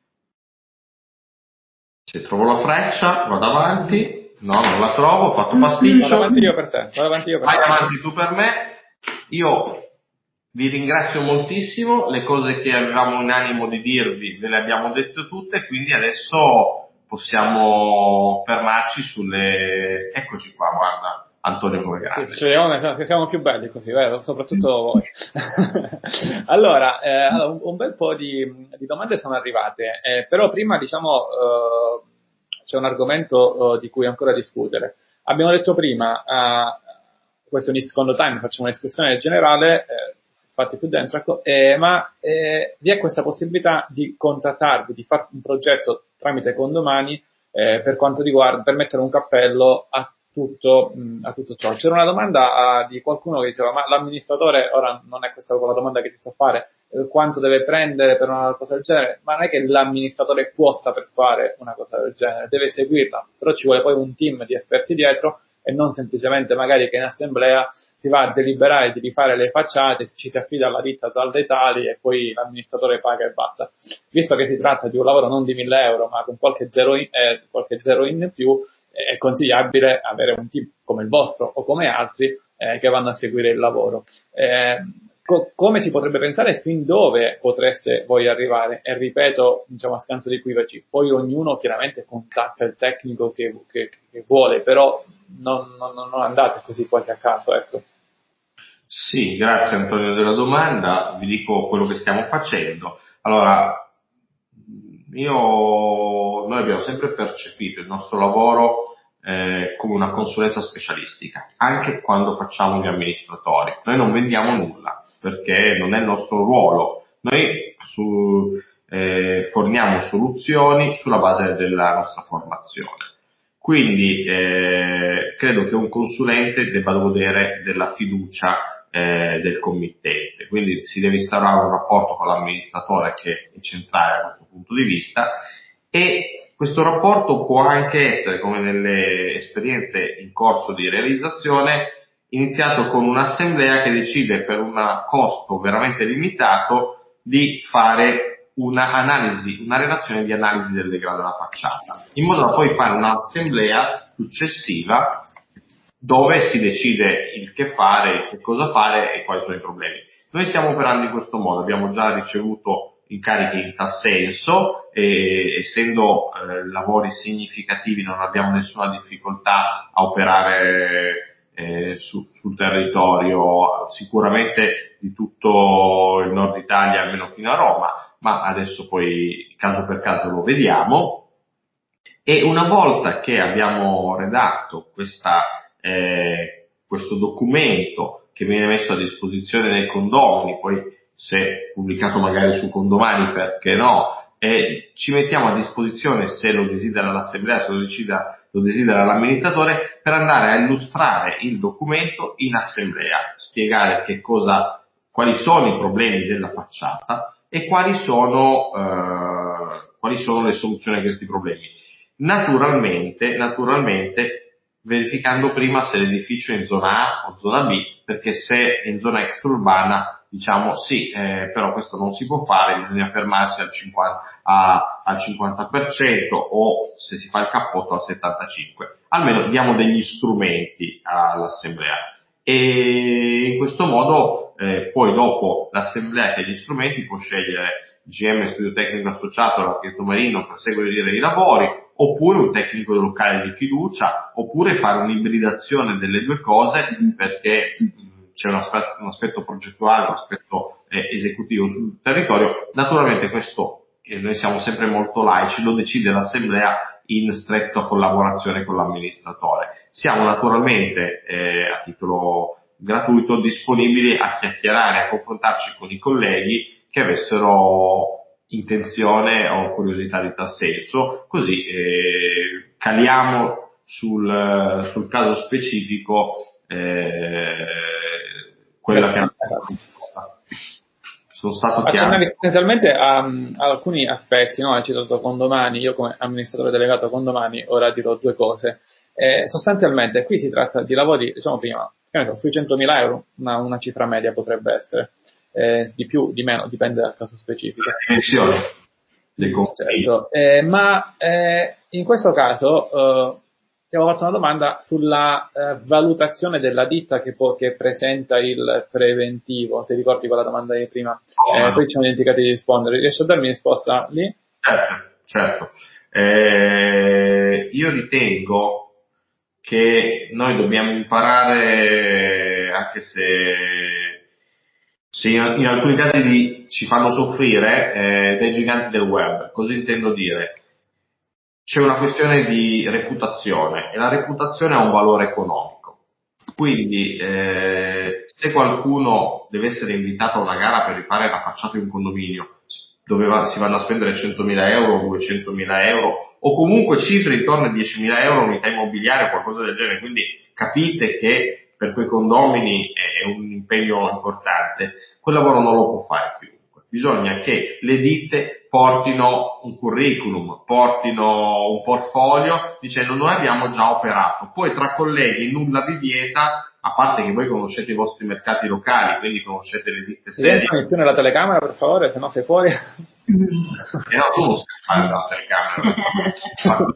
Se trovo la freccia, vado avanti. No, non la trovo, ho fatto pasticcio. Vado avanti io per te. Vado avanti io per Vai te. avanti tu per me. Io vi ringrazio moltissimo. Le cose che avevamo in animo di dirvi ve le abbiamo dette tutte, quindi adesso possiamo fermarci sulle... Eccoci qua, guarda. Antonio come grande. Cioè, siamo più belli così, vero? Soprattutto voi. Allora, eh, un, un bel po' di, di domande sono arrivate, eh, però prima diciamo eh, c'è un argomento eh, di cui ancora discutere. Abbiamo detto prima, eh, questo è un secondo time, facciamo un'espressione generale, eh, fatti più dentro, ecco, eh, ma eh, vi è questa possibilità di contattarvi, di fare un progetto tramite Condomani eh, per quanto riguarda, per mettere un cappello a tutto, mh, a tutto ciò. C'era una domanda uh, di qualcuno che diceva: ma l'amministratore, ora non è questa la domanda che ti sto fare, eh, quanto deve prendere per una cosa del genere? Ma non è che l'amministratore può saper fare una cosa del genere, deve seguirla, però ci vuole poi un team di esperti dietro e non semplicemente magari che in assemblea si va a deliberare di rifare le facciate, ci si affida alla ditta tal dei tali e poi l'amministratore paga e basta. Visto che si tratta di un lavoro non di mille euro ma con qualche zero in, eh, qualche zero in più, è consigliabile avere un team come il vostro o come altri eh, che vanno a seguire il lavoro. Eh, co- come si potrebbe pensare, fin dove potreste voi arrivare? E ripeto, diciamo a scanso di equivoci, poi ognuno chiaramente contatta il tecnico che, che, che vuole, però non, non, non andate così quasi a caso, ecco. Sì, grazie Antonio della domanda, vi dico quello che stiamo facendo. Allora, io, noi abbiamo sempre percepito il nostro lavoro eh, come una consulenza specialistica, anche quando facciamo gli amministratori. Noi non vendiamo nulla, perché non è il nostro ruolo. Noi su, eh, forniamo soluzioni sulla base della nostra formazione. Quindi eh, credo che un consulente debba godere della fiducia eh, del committente, quindi si deve instaurare un rapporto con l'amministratore che è centrale da questo punto di vista, e questo rapporto può anche essere, come nelle esperienze in corso di realizzazione, iniziato con un'assemblea che decide per un costo veramente limitato di fare una analisi, una relazione di analisi del degrado della facciata, in modo da poi fare un'assemblea successiva dove si decide il che fare, il che cosa fare e quali sono i problemi. Noi stiamo operando in questo modo, abbiamo già ricevuto incarichi in tal senso, e essendo eh, lavori significativi non abbiamo nessuna difficoltà a operare eh, su, sul territorio sicuramente di tutto il nord Italia, almeno fino a Roma, ma adesso poi caso per caso lo vediamo. E una volta che abbiamo redatto questa, eh, questo documento che viene messo a disposizione dei condomini, poi se pubblicato magari su Condomani, perché no, e ci mettiamo a disposizione, se lo desidera l'assemblea, se lo desidera, lo desidera l'amministratore, per andare a illustrare il documento in assemblea, spiegare che cosa, quali sono i problemi della facciata e quali sono, eh, quali sono le soluzioni a questi problemi. Naturalmente, naturalmente, verificando prima se l'edificio è in zona A o zona B, perché se è in zona extraurbana, diciamo sì, eh, però questo non si può fare, bisogna fermarsi al cinquanta, a, al cinquanta per cento o se si fa il cappotto al settantacinque per cento. Almeno diamo degli strumenti all'assemblea e in questo modo eh, poi dopo l'assemblea che ha gli strumenti può scegliere G M studio tecnico associato all'architetto marino per seguire i lavori, oppure un tecnico locale di fiducia, oppure fare un'ibridazione delle due cose, perché c'è un aspetto, un aspetto progettuale, un aspetto eh, esecutivo sul territorio. Naturalmente questo, eh, noi siamo sempre molto laici, lo decide l'assemblea in stretta collaborazione con l'amministratore. Siamo naturalmente eh, a titolo gratuito disponibili a chiacchierare, a confrontarci con i colleghi che avessero intenzione o curiosità di tal senso, così eh, caliamo sul, sul caso specifico eh, quella che è sono stato chiaro. Essenzialmente a, a alcuni aspetti, no? Hai citato Condomani, io come amministratore delegato a Condomani ora dirò due cose. Eh, sostanzialmente qui si tratta di lavori, diciamo prima, sui centomila euro, una, una cifra media potrebbe essere. Eh, di più, di meno, dipende dal caso specifico. La dimensione dei certo. eh, ma eh, in questo caso eh, ti avevo fatto una domanda sulla eh, valutazione della ditta che, può, che presenta il preventivo, se ricordi quella domanda di prima. Oh, eh, no. Poi ci siamo dimenticati di rispondere. Riesci a darmi risposta lì? Certo, certo. Eh, io ritengo che noi dobbiamo imparare, anche se Sì, in alcuni casi di, ci fanno soffrire eh, dei giganti del web. Cosa intendo dire? C'è una questione di reputazione e la reputazione ha un valore economico. Quindi eh, se qualcuno deve essere invitato a una gara per rifare la facciata di un condominio dove va, si vanno a spendere centomila euro o duecentomila euro o comunque cifre intorno ai diecimila euro unità immobiliare o qualcosa del genere, quindi capite che per quei condomini è un impegno importante, quel lavoro non lo può fare chiunque. Bisogna che le ditte portino un curriculum, portino un portfolio dicendo noi abbiamo già operato, poi tra colleghi nulla vi vieta, a parte che voi conoscete i vostri mercati locali, quindi conoscete le ditte serie. Entrami più nella telecamera per favore, se no sei fuori. Eh no, tu non sai fare la telecamera.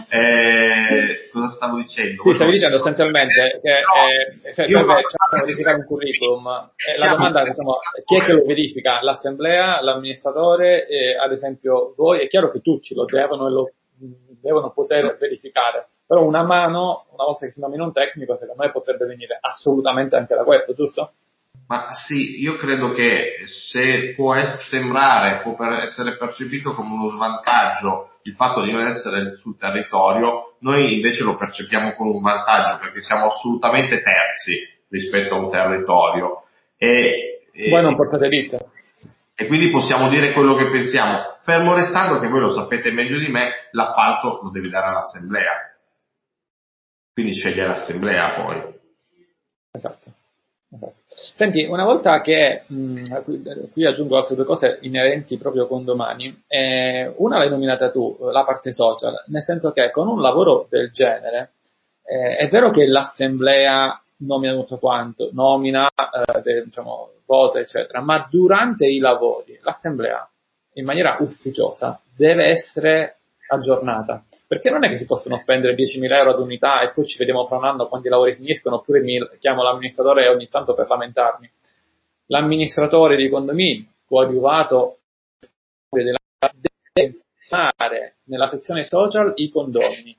Eh, cosa stavo dicendo? Sì, stavi dicendo essenzialmente che no, eh, cioè, serve vado... verificare un curriculum. Eh, la domanda diciamo, chi è che lo verifica? L'assemblea, l'amministratore, eh, ad esempio voi? È chiaro che tutti lo devono e lo devono poter verificare, però una mano, una volta che si nomina un tecnico, secondo me potrebbe venire assolutamente anche da questo, giusto? Ma sì, io credo che se può sembrare, può essere percepito come uno svantaggio il fatto di non essere sul territorio, noi invece lo percepiamo come un vantaggio perché siamo assolutamente terzi rispetto a un territorio. E, e, voi non portate lista. E quindi possiamo dire quello che pensiamo, fermo restando che voi lo sapete meglio di me, l'appalto lo devi dare all'assemblea. Quindi sceglie l'assemblea poi. Esatto. Senti, una volta che, mh, qui, qui aggiungo altre due cose inerenti proprio con Condomani, eh, una l'hai nominata tu, la parte social, nel senso che con un lavoro del genere eh, è vero che l'assemblea nomina tutto quanto, nomina, eh, de, diciamo, vota eccetera, ma durante i lavori l'assemblea in maniera ufficiosa deve essere aggiornata, perché non è che si possono spendere diecimila euro ad unità e poi ci vediamo fra un anno quando i lavori finiscono, oppure mi chiamo l'amministratore ogni tanto per lamentarmi. L'amministratore di condominio, coadiuvato della deve fare nella sezione social i condomini,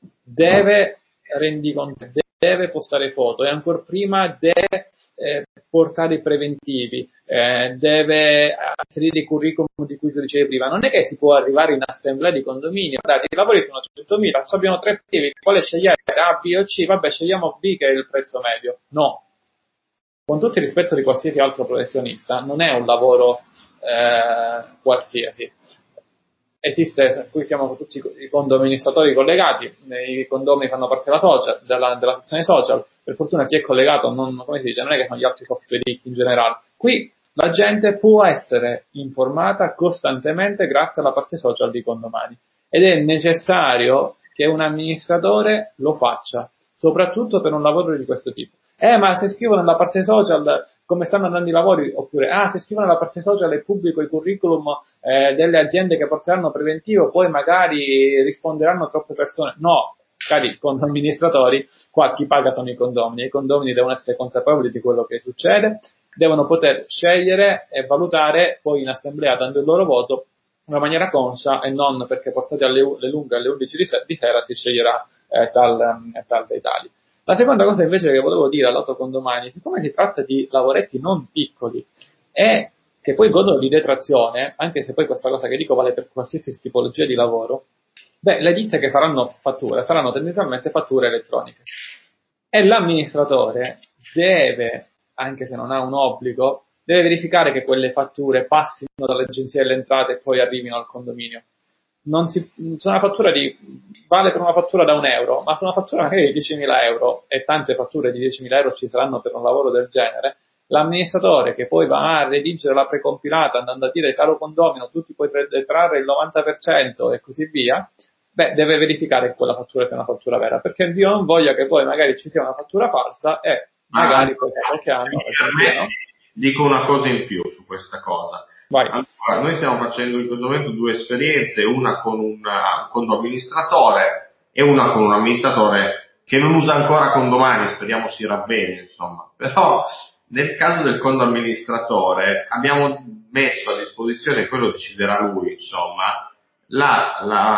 deve rendicontare, deve postare foto e ancora prima deve eh, portare i preventivi, eh, deve inserire i curriculum di cui tu dicevi prima. Non è che si può arrivare in assemblea di condominio, guardate, i lavori sono centomila, abbiamo tre preventivi, quale scegliere? A, B o C? Vabbè, scegliamo B che è il prezzo medio. No. Con tutto il rispetto di qualsiasi altro professionista, non è un lavoro eh, qualsiasi. Esiste, qui siamo tutti i condoministratori collegati, i condomini fanno parte della, social, della, della sezione social, per fortuna chi è collegato non, come si dice, non è che sono gli altri software in generale. Qui la gente può essere informata costantemente grazie alla parte social di Condomani ed è necessario che un amministratore lo faccia, soprattutto per un lavoro di questo tipo. Eh, ma se scrivo nella parte social come stanno andando i lavori, oppure, ah, se scrivo nella parte social e pubblico i curriculum eh, delle aziende che porteranno preventivo, poi magari risponderanno troppe persone. No, cari condoministratori, qua chi paga sono i condomini, i condomini devono essere consapevoli di quello che succede, devono poter scegliere e valutare poi in assemblea, dando il loro voto, in una maniera conscia e non perché portati alle le lunghe alle undici di sera si sceglierà eh, tal, eh, tal dei tali. La seconda cosa invece che volevo dire all'autocondomani, siccome si tratta di lavoretti non piccoli e che poi godono di detrazione, anche se poi questa cosa che dico vale per qualsiasi tipologia di lavoro, beh, le ditte che faranno fatture saranno tendenzialmente fatture elettroniche e l'amministratore deve, anche se non ha un obbligo, deve verificare che quelle fatture passino dall'agenzia delle entrate e poi arrivino al condominio. Non si, su una fattura di, vale per una fattura da un euro, ma su una fattura magari di diecimila euro, e tante fatture di diecimila euro ci saranno per un lavoro del genere, l'amministratore che poi va a redigere la precompilata andando a dire caro condomino tu ti puoi detrarre il novanta per cento e così via, beh, deve verificare che quella fattura sia una fattura vera, perché Dio non voglia che poi magari ci sia una fattura falsa e magari poi qualche anno no? Dico una cosa in più su questa cosa. Vai. Allora, noi stiamo facendo in questo momento due esperienze, una con un condoamministratore e una con un amministratore che non usa ancora Condomani, speriamo si ravvede, insomma. Però nel caso del condoamministratore abbiamo messo a disposizione, quello deciderà lui, insomma, la,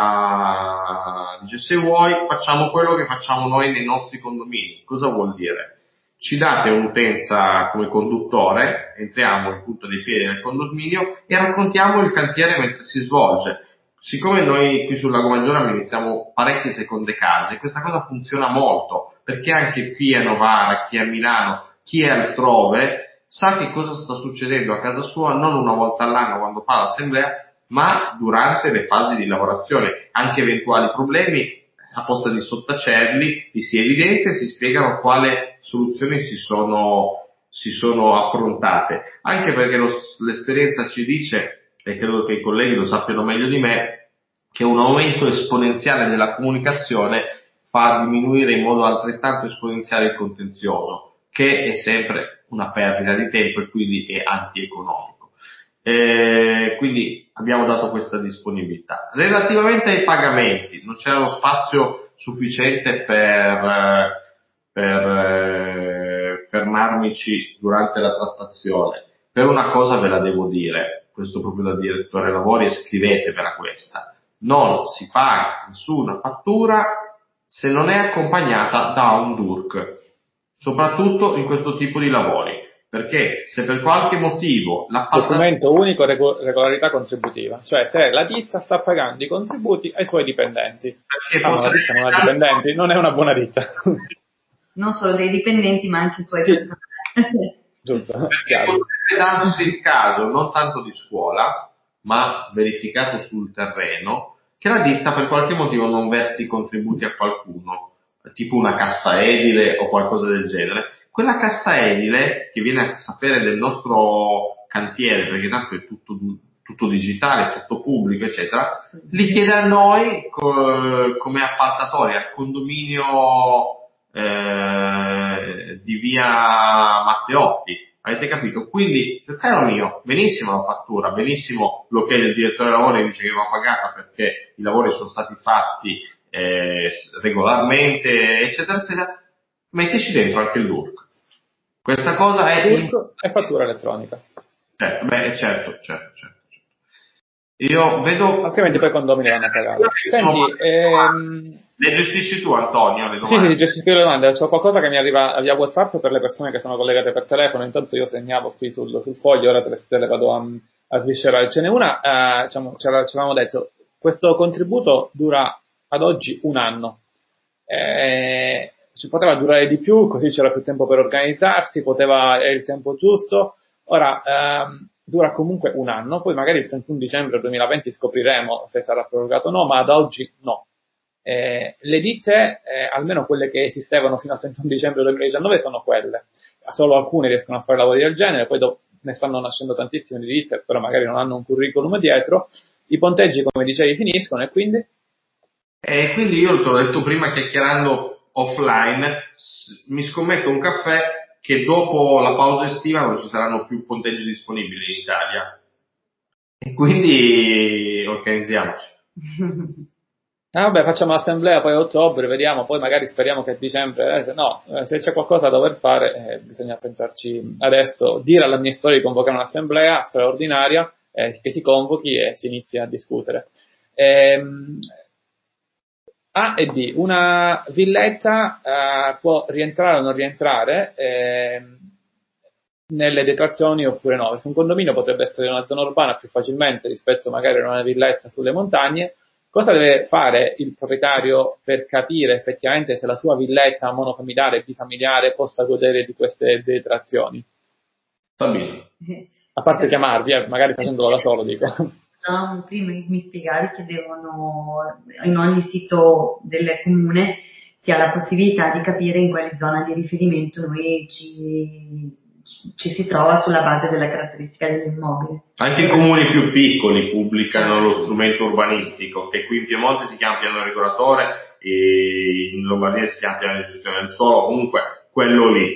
la dice se vuoi facciamo quello che facciamo noi nei nostri condomini. Cosa vuol dire? Ci date un'utenza come conduttore, entriamo in punta dei piedi nel condominio e raccontiamo il cantiere mentre si svolge. Siccome noi qui sul Lago Maggiore amministriamo parecchie seconde case, questa cosa funziona molto, perché anche chi è a Novara, chi è a Milano, chi è altrove, sa che cosa sta succedendo a casa sua non una volta all'anno quando fa l'assemblea, ma durante le fasi di lavorazione. Anche eventuali problemi, a posta di sottacerli, li si evidenzia e si spiegano quale soluzioni si sono, si sono approntate. Anche perché lo, l'esperienza ci dice, e credo che i colleghi lo sappiano meglio di me, che un aumento esponenziale della comunicazione fa diminuire in modo altrettanto esponenziale il contenzioso, che è sempre una perdita di tempo e quindi è antieconomico. Eh, quindi abbiamo dato questa disponibilità. Relativamente ai pagamenti, non c'era lo spazio sufficiente per, per eh, fermarmici durante la trattazione. Per una cosa ve la devo dire, questo proprio da direttore lavori, e scrivetevela questa: non si paga nessuna fattura se non è accompagnata da un D U R C, soprattutto in questo tipo di lavori. Perché se per qualche motivo la documento unico regolarità contributiva, cioè se la ditta sta pagando i contributi ai suoi dipendenti, perché ah, la ditta non ha dipendenti, non è una buona ditta. Non solo dei dipendenti ma anche i suoi sì. personali. Giusto. Perché potrebbe darsi il caso, non tanto di scuola, ma verificato sul terreno, che la ditta per qualche motivo non versi i contributi a qualcuno, tipo una cassa edile o qualcosa del genere. Quella cassa edile che viene a sapere del nostro cantiere, perché tanto è tutto, tutto digitale, tutto pubblico, eccetera, li chiede a noi co- come appaltatori al condominio eh, di via Matteotti. Avete capito? Quindi, caro mio, benissimo la fattura, benissimo l'ok del direttore dei lavori dice che va pagata perché i lavori sono stati fatti eh, regolarmente, eccetera, eccetera. Mettici dentro anche il D U R C. Questa cosa è D U R C e fattura elettronica. Certo, beh, certo, certo, certo, certo. Io vedo... Altrimenti poi i condomini vanno a cagare. Senti, ehm... le gestisci tu, Antonio? Le sì, sì, gestisco le domande. C'ho qualcosa che mi arriva via WhatsApp per le persone che sono collegate per telefono. Intanto io segnavo qui sul, sul foglio, ora te le, te le vado a, a sviscerare. Ce n'è una, eh, diciamo, ce l'avevamo detto, questo contributo dura ad oggi un anno. Eh, ci poteva durare di più, così c'era più tempo per organizzarsi, poteva, è il tempo giusto. Ora, ehm, dura comunque un anno, poi magari il trentuno dicembre duemilaventi scopriremo se sarà prorogato o no, ma ad oggi no. Eh, le ditte, eh, almeno quelle che esistevano fino al trentuno dicembre duemiladiciannove, sono quelle. Solo alcune riescono a fare lavori del genere, poi do- ne stanno nascendo tantissime di ditte, però magari non hanno un curriculum dietro. I ponteggi, come dicevi, finiscono e quindi? E quindi io te l'ho detto prima, chiacchierando offline, mi scommetto un caffè che dopo la pausa estiva non ci saranno più ponteggi disponibili in Italia. E quindi organizziamoci. Ah, vabbè, facciamo l'assemblea poi a ottobre, vediamo, poi magari speriamo che a dicembre, eh, se no, eh, se c'è qualcosa da dover fare, eh, bisogna pensarci adesso, dire all'amministratore di convocare un'assemblea straordinaria, eh, che si convochi e si inizi a discutere. Ehm, A e B, una villetta eh, può rientrare o non rientrare eh, nelle detrazioni oppure no, perché un condominio potrebbe essere una zona urbana più facilmente rispetto magari a una villetta sulle montagne. Cosa deve fare il proprietario per capire effettivamente se la sua villetta monofamiliare, bifamiliare, possa godere di queste detrazioni? Sabino. A parte chiamarvi, eh, magari facendolo da solo, dico. No, prima mi spiegavi che devono, in ogni sito del comune si ha la possibilità di capire in quale zona di riferimento noi ci, ci si trova sulla base della caratteristica dell'immobile. Anche i comuni più piccoli pubblicano lo strumento urbanistico, che qui in Piemonte si chiama piano regolatore e in Lombardia si chiama piano di gestione del suolo, comunque quello lì.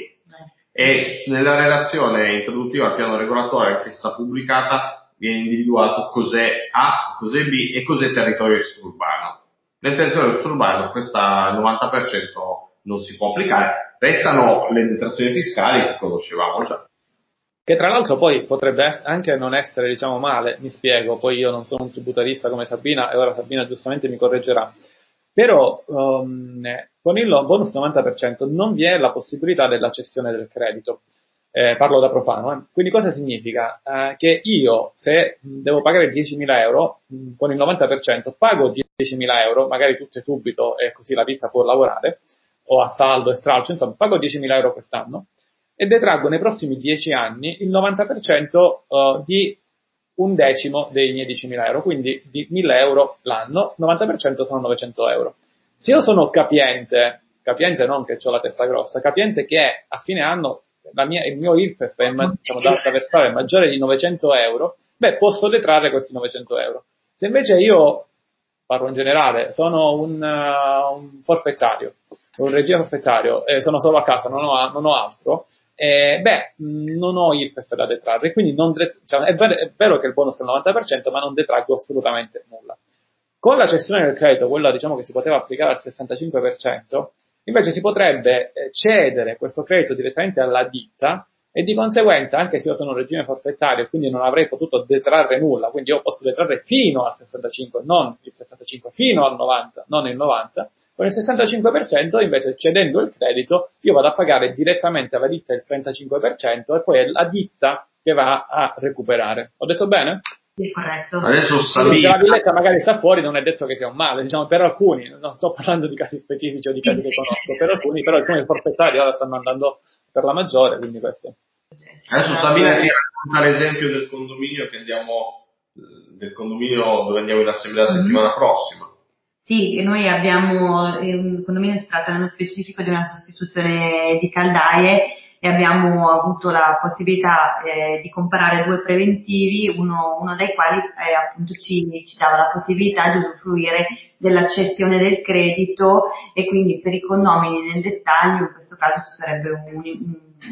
E nella relazione introduttiva al piano regolatore che sta pubblicata viene individuato cos'è A, cos'è B e cos'è territorio extraurbano. Nel territorio extraurbano questa novanta per cento non si può applicare, restano le detrazioni fiscali che conoscevamo già. Che tra l'altro poi potrebbe anche non essere, diciamo, male, mi spiego, poi io non sono un tributarista come Sabina e ora Sabina giustamente mi correggerà, però um, con il bonus novanta per cento non vi è la possibilità della cessione del credito. Eh, parlo da profano, eh. Quindi cosa significa? Eh, che io, se devo pagare diecimila euro, mh, con il novanta per cento pago diecimila euro, magari tutte subito e così la vita può lavorare, o a saldo e stralcio, insomma, pago diecimila euro quest'anno e detraggo nei prossimi dieci anni il novanta per cento uh, di un decimo dei miei diecimila euro, quindi di mille euro l'anno, novanta per cento sono novecento euro. Se io sono capiente, capiente non che ho la testa grossa, capiente che a fine anno La mia, il mio I R P E F è, diciamo, da versare è maggiore di novecento euro, beh, posso detrarre questi novecento euro. Se invece io, parlo in generale, sono un, uh, un forfettario, un regime forfettario, e sono solo a casa, non ho, non ho altro, eh, beh, non ho I R P E F da detrarre, quindi non, cioè, è, vero, è vero che il bonus è il novanta per cento, ma non detraggo assolutamente nulla. Con la cessione del credito, quella diciamo che si poteva applicare al sessantacinque per cento, invece si potrebbe cedere questo credito direttamente alla ditta e di conseguenza, anche se io sono un regime forfettario e quindi non avrei potuto detrarre nulla, quindi io posso detrarre fino al sessantacinque, non il sessantacinque, fino al novanta, non il novanta, con il sessantacinque per cento invece cedendo il credito io vado a pagare direttamente alla ditta il trentacinque per cento e poi è la ditta che va a recuperare. Ho detto bene? Sì, corretto. Adesso Sabina. Se la villetta magari sta fuori non è detto che sia un male, diciamo, per alcuni, non sto parlando di casi specifici o di casi che conosco, per alcuni, però alcuni forfettari ora stanno andando per la maggiore, quindi questo. Adesso Sabina ti racconta l'esempio del condominio che andiamo, del condominio dove andiamo in assemblea la settimana mm-hmm. prossima. Sì, noi abbiamo, un condominio si tratta nello specifico di una sostituzione di caldaie e abbiamo avuto la possibilità eh, di comprare due preventivi, uno, uno dei quali eh, appunto ci, ci dava la possibilità di usufruire della cessione del credito e quindi per i condomini nel dettaglio in questo caso ci sarebbe un, un,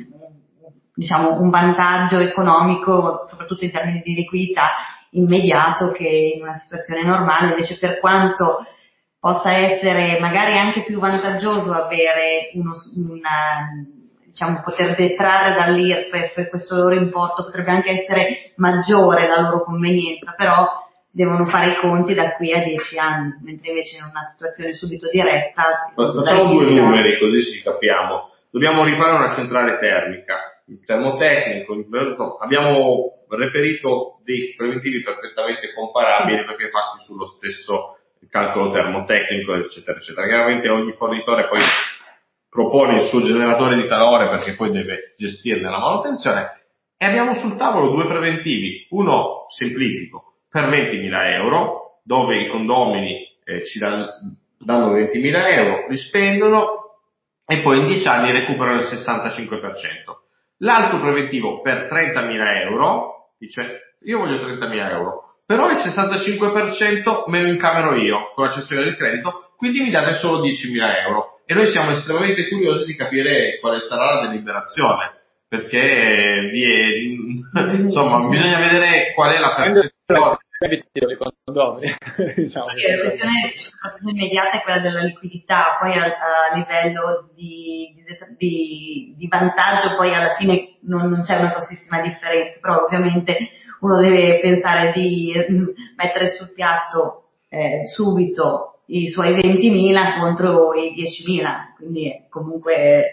un, diciamo, un vantaggio economico, soprattutto in termini di liquidità immediato, che in una situazione normale invece, per quanto possa essere magari anche più vantaggioso avere uno, una, diciamo, poter detrarre dall'I R P E F questo loro importo potrebbe anche essere maggiore la loro convenienza, però devono fare i conti da qui a dieci anni, mentre invece in una situazione subito diretta... Facciamo due numeri così ci capiamo. Dobbiamo rifare una centrale termica, il termotecnico, abbiamo reperito dei preventivi perfettamente comparabili perché fatti sullo stesso calcolo termotecnico, eccetera, eccetera. Chiaramente ogni fornitore poi propone il suo generatore di calore perché poi deve gestirne la manutenzione, e abbiamo sul tavolo due preventivi, uno semplifico per ventimila euro, dove i condomini eh, ci dan, danno ventimila euro, li spendono e poi in dieci anni recuperano il sessantacinque per cento. L'altro preventivo per trentamila euro, dice io voglio trentamila euro, però il sessantacinque per cento me lo incamero io con la cessione del credito, quindi mi date solo diecimila euro. E noi siamo estremamente curiosi di capire quale sarà la deliberazione, perché vi è, insomma bisogna vedere qual è la percezione. I condomini, diciamo. Sì, la questione immediata è quella della liquidità, poi a, a livello di, di, di vantaggio poi alla fine non, non c'è una grossissima differenza, però ovviamente uno deve pensare di mettere sul piatto eh, subito i suoi ventimila contro i diecimila, quindi comunque...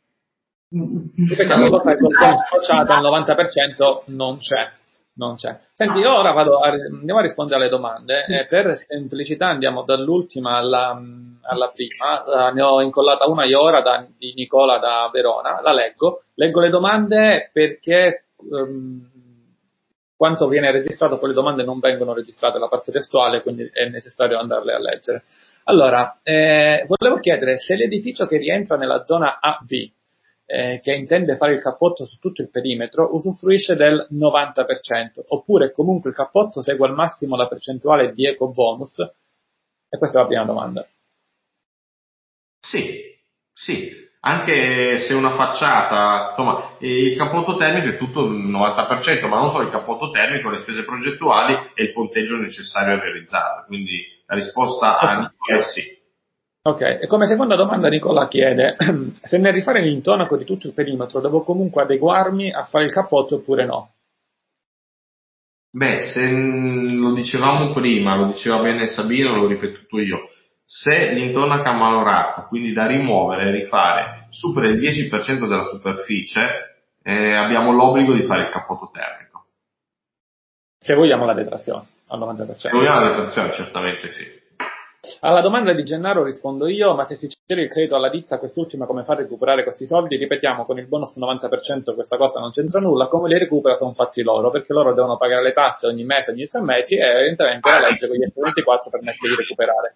Perché la cosa che con sfociata al novanta per cento non c'è. Non c'è. Senti, io ora vado a, andiamo a rispondere alle domande. Eh, per semplicità andiamo dall'ultima alla, alla prima. Uh, ne ho incollata una io ora da, di Nicola da Verona. La leggo. Leggo le domande perché um, quanto viene registrato, poi le domande non vengono registrate la parte testuale, quindi è necessario andarle a leggere. Allora, eh, volevo chiedere se l'edificio che rientra nella zona A B, Eh, che intende fare il cappotto su tutto il perimetro, usufruisce del novanta per cento, oppure comunque il cappotto segue al massimo la percentuale di eco bonus? E questa è la prima domanda. Sì, sì, anche se una facciata, insomma, il cappotto termico è tutto il novanta per cento, ma non solo il cappotto termico, le spese progettuali e il ponteggio necessario a realizzarlo, quindi la risposta a Nicola è sì. Ok, e come seconda domanda Nicola chiede se nel rifare l'intonaco di tutto il perimetro devo comunque adeguarmi a fare il cappotto oppure no? Beh, se lo dicevamo prima, lo diceva bene Sabino, l'ho ripetuto io, se l'intonaca malorato, quindi da rimuovere e rifare, supera il dieci per cento della superficie, eh, abbiamo l'obbligo di fare il cappotto termico. Se vogliamo la detrazione al novanta per cento. Se vogliamo la detrazione, certamente sì. Alla domanda di Gennaro rispondo io, ma se si chiede il credito alla ditta, quest'ultima come fa a recuperare questi soldi? Ripetiamo, con il bonus novanta per cento questa cosa non c'entra nulla, come li recupera sono fatti loro, perché loro devono pagare le tasse ogni mese, ogni tre mesi, e evidentemente la legge con gli F ventiquattro permette di recuperare.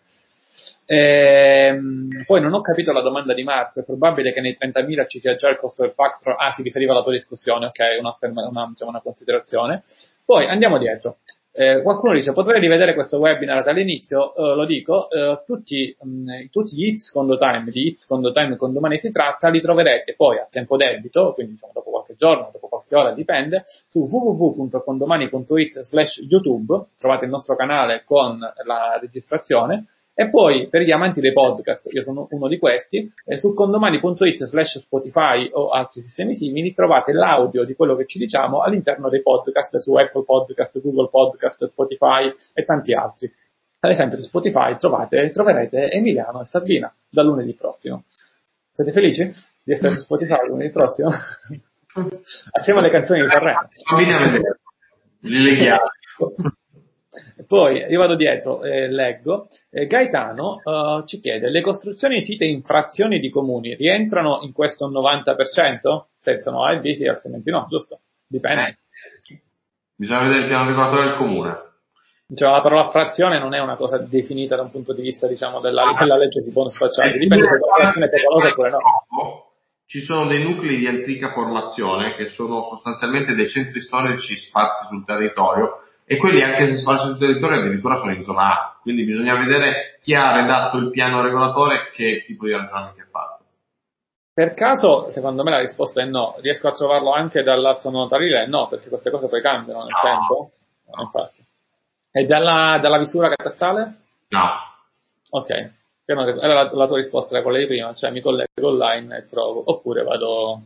Ehm, poi non ho capito la domanda di Marco, è probabile che nei trentamila ci sia già il costo del factor, ah si riferiva alla tua discussione, ok, una, una, diciamo una considerazione. Poi andiamo dietro. Eh, qualcuno dice potrei rivedere questo webinar dall'inizio, eh, lo dico, eh, tutti, mh, tutti gli hits condo time, di hits condo time con domani si tratta, li troverete poi a tempo debito, quindi diciamo dopo qualche giorno, dopo qualche ora, dipende, su w w w punto condomani punto it slash youtube, trovate il nostro canale con la registrazione, e poi per gli amanti dei podcast, io sono uno di questi, eh, su condomani punto it slash Spotify o altri sistemi simili trovate l'audio di quello che ci diciamo all'interno dei podcast su Apple Podcast, Google Podcast, Spotify e tanti altri. Ad esempio su Spotify trovate, troverete Emiliano e Sabina dal lunedì prossimo. Siete felici di essere su Spotify lunedì prossimo? Assieme alle canzoni di Sanremo. Sabina, vedete, li leghiamo. Poi io vado dietro e eh, leggo. Eh, Gaetano uh, ci chiede: le costruzioni site in frazioni di comuni rientrano in questo novanta per cento? Se sono A e B sì, altrimenti no, giusto? Dipende. Eh, bisogna vedere il piano regolatore del comune. Diciamo, la parola frazione non è una cosa definita da un punto di vista, diciamo, della, della legge di bonus facciali. Dipende se la frazione è popolosa oppure no. Ci sono dei nuclei di antica formazione che sono sostanzialmente dei centri storici sparsi sul territorio, e quelli, anche se sparsi sul territorio, addirittura sono in zona A, quindi bisogna vedere chi ha redatto il piano regolatore e che tipo di ragionamenti ha fatto. Per caso, secondo me la risposta è no. Riesco a trovarlo anche dall'atto notarile? No, perché queste cose poi cambiano nel no. tempo. No, infatti. E dalla, dalla visura catastale? No. Ok. Era la, la tua risposta, era quella di prima, cioè mi collego online e trovo, oppure vado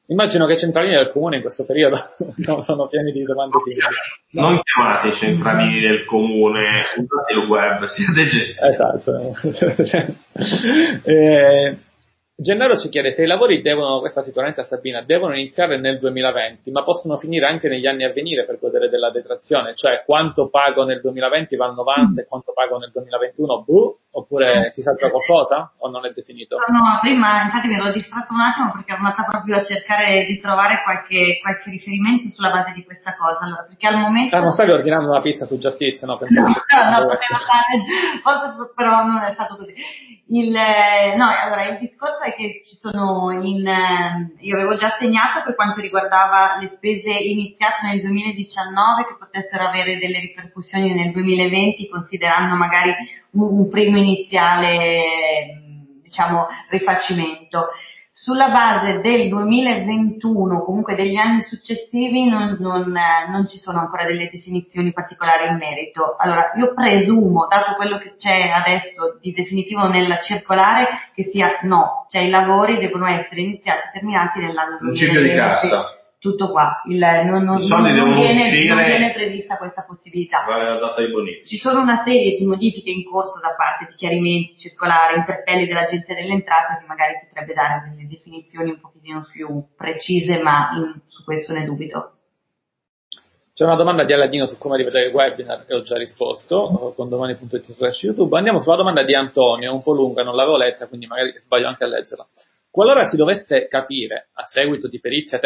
Immagino che i centralini del comune in questo periodo sono, sono pieni di domande simili. No. Non chiamate i centralini del comune, usate il web, siete gentili. Esatto. eh, Gennaro ci chiede se i lavori devono, questa sicuramente a Sabina, devono iniziare nel duemilaventi, ma possono finire anche negli anni a venire per godere della detrazione, cioè quanto pago nel duemilaventi va al novanta e quanto pago nel duemilaventuno, buh, oppure si sa già qualcosa o non è definito? No, prima infatti mi ero distratto un attimo perché ero andata proprio a cercare di trovare qualche, qualche riferimento sulla base di questa cosa, allora, perché al momento... Ah, non stavi ordinando una pizza su Just Eat, no? Pensavo no, no, no poteva fare, forse, però non è stato così. Il, no, allora, il discorso è che ci sono in, io avevo già segnato per quanto riguardava le spese iniziate nel duemiladiciannove che potessero avere delle ripercussioni nel duemilaventi, considerando magari un, un primo iniziale, diciamo, rifacimento. Sulla base del duemilaventuno, comunque degli anni successivi, non, non, non ci sono ancora delle definizioni particolari in merito. Allora, io presumo, dato quello che c'è adesso di definitivo nella circolare, che sia no, cioè i lavori devono essere iniziati e terminati nell'anno principio di cassa. Tutto qua, il, non, non, I soldi non, devono viene, uscire, non viene prevista questa possibilità. La data di bonifica. Ci sono una serie di modifiche in corso da parte di chiarimenti, circolari, interpelli dell'Agenzia delle Entrate che magari potrebbe dare delle definizioni un pochino più precise, ma in, su questo ne dubito. C'è una domanda di Aladino su come rivedere il webinar e ho già risposto, con domani punto it slash YouTube. Andiamo sulla domanda di Antonio, un po' lunga, non l'avevo letta, quindi magari sbaglio anche a leggerla. Qualora si dovesse capire, a seguito di perizia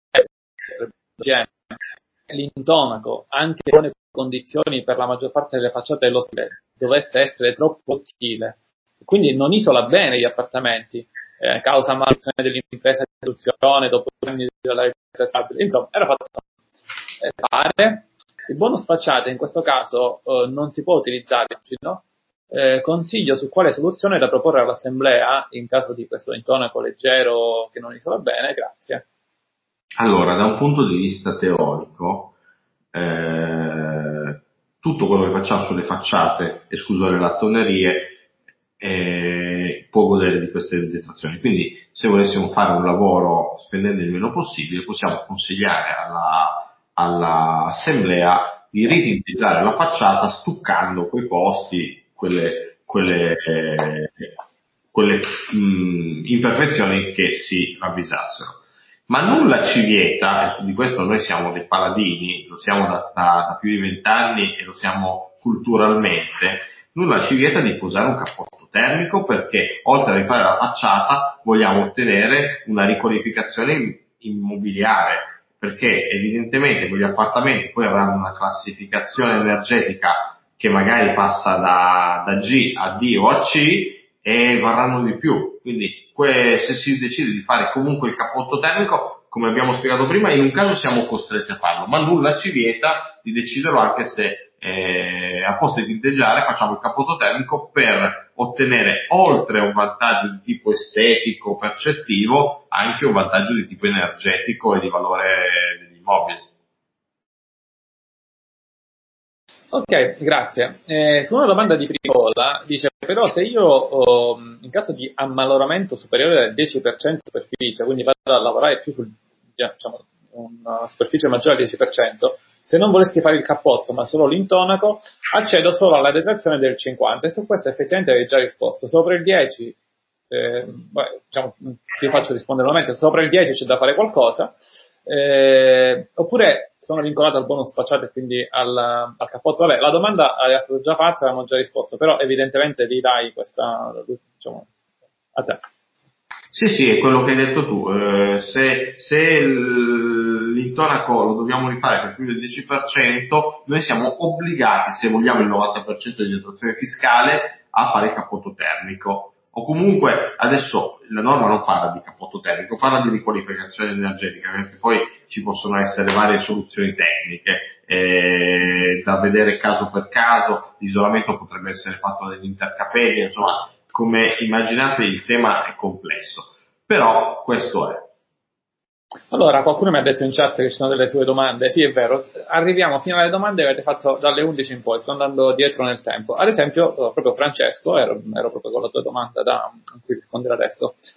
l'intonaco anche in buone condizioni per la maggior parte delle facciate dello stile dovesse essere troppo sottile, quindi non isola bene gli appartamenti, eh, causa maledizione dell'impresa di costruzione dopo anni della realizzazione, insomma era fatto eh, fare. Il bonus facciate in questo caso eh, non si può utilizzare, no? Eh, consiglio su quale soluzione da proporre all'assemblea in caso di questo intonaco leggero che non isola bene, grazie. Allora, da un punto di vista teorico, eh, tutto quello che facciamo sulle facciate, escluso le lattonerie, eh, può godere di queste detrazioni. Quindi, se volessimo fare un lavoro spendendo il meno possibile, possiamo consigliare alla, all'assemblea di ritinteggiare la facciata stuccando quei posti, quelle, quelle, eh, quelle mh, imperfezioni che si ravvisassero. Ma nulla ci vieta, e di questo noi siamo dei paladini, lo siamo da, da, da più di vent'anni e lo siamo culturalmente, nulla ci vieta di posare un cappotto termico perché oltre a rifare la facciata vogliamo ottenere una riqualificazione immobiliare, perché evidentemente quegli appartamenti poi avranno una classificazione energetica che magari passa da, da G a D o a C e varranno di più, quindi se si decide di fare comunque il cappotto termico, come abbiamo spiegato prima, in un caso siamo costretti a farlo, ma nulla ci vieta di deciderlo anche se eh, a posto di tinteggiare facciamo il cappotto termico per ottenere, oltre a un vantaggio di tipo estetico, percettivo, anche un vantaggio di tipo energetico e di valore degli immobili. Ok, grazie. Eh, su una domanda di Pricola dice però se io oh, in caso di ammaloramento superiore al dieci per cento superficie, quindi vado a lavorare più su diciamo, una superficie maggiore al dieci per cento, se non volessi fare il cappotto ma solo l'intonaco, accedo solo alla detrazione del cinquanta per cento e su questo effettivamente avevi già risposto. Sopra il dieci eh, beh, diciamo, ti faccio rispondere nuovamente, sopra il dieci c'è da fare qualcosa. Eh, oppure sono vincolato al bonus facciate e quindi al, al cappotto. Vabbè, la domanda era stata già fatta, avevamo già risposto, però evidentemente ti dai questa, diciamo, a te. Sì, sì, è quello che hai detto tu. Eh, se, se l'intonaco lo dobbiamo rifare per più del dieci per cento, noi siamo obbligati, se vogliamo il novanta per cento di detrazione fiscale, a fare il cappotto termico. O comunque, adesso la norma non parla di cappotto termico, parla di riqualificazione energetica, perché poi ci possono essere varie soluzioni tecniche, eh, da vedere caso per caso, l'isolamento potrebbe essere fatto dagli intercapelli, insomma, come immaginate il tema è complesso, però questo è. Allora, qualcuno mi ha detto in chat che ci sono delle tue domande. Sì, è vero, arriviamo fino alle domande che avete fatto dalle undici in poi, sto andando dietro nel tempo. Ad esempio, proprio Francesco, ero, ero proprio con la tua domanda da a cui rispondere adesso,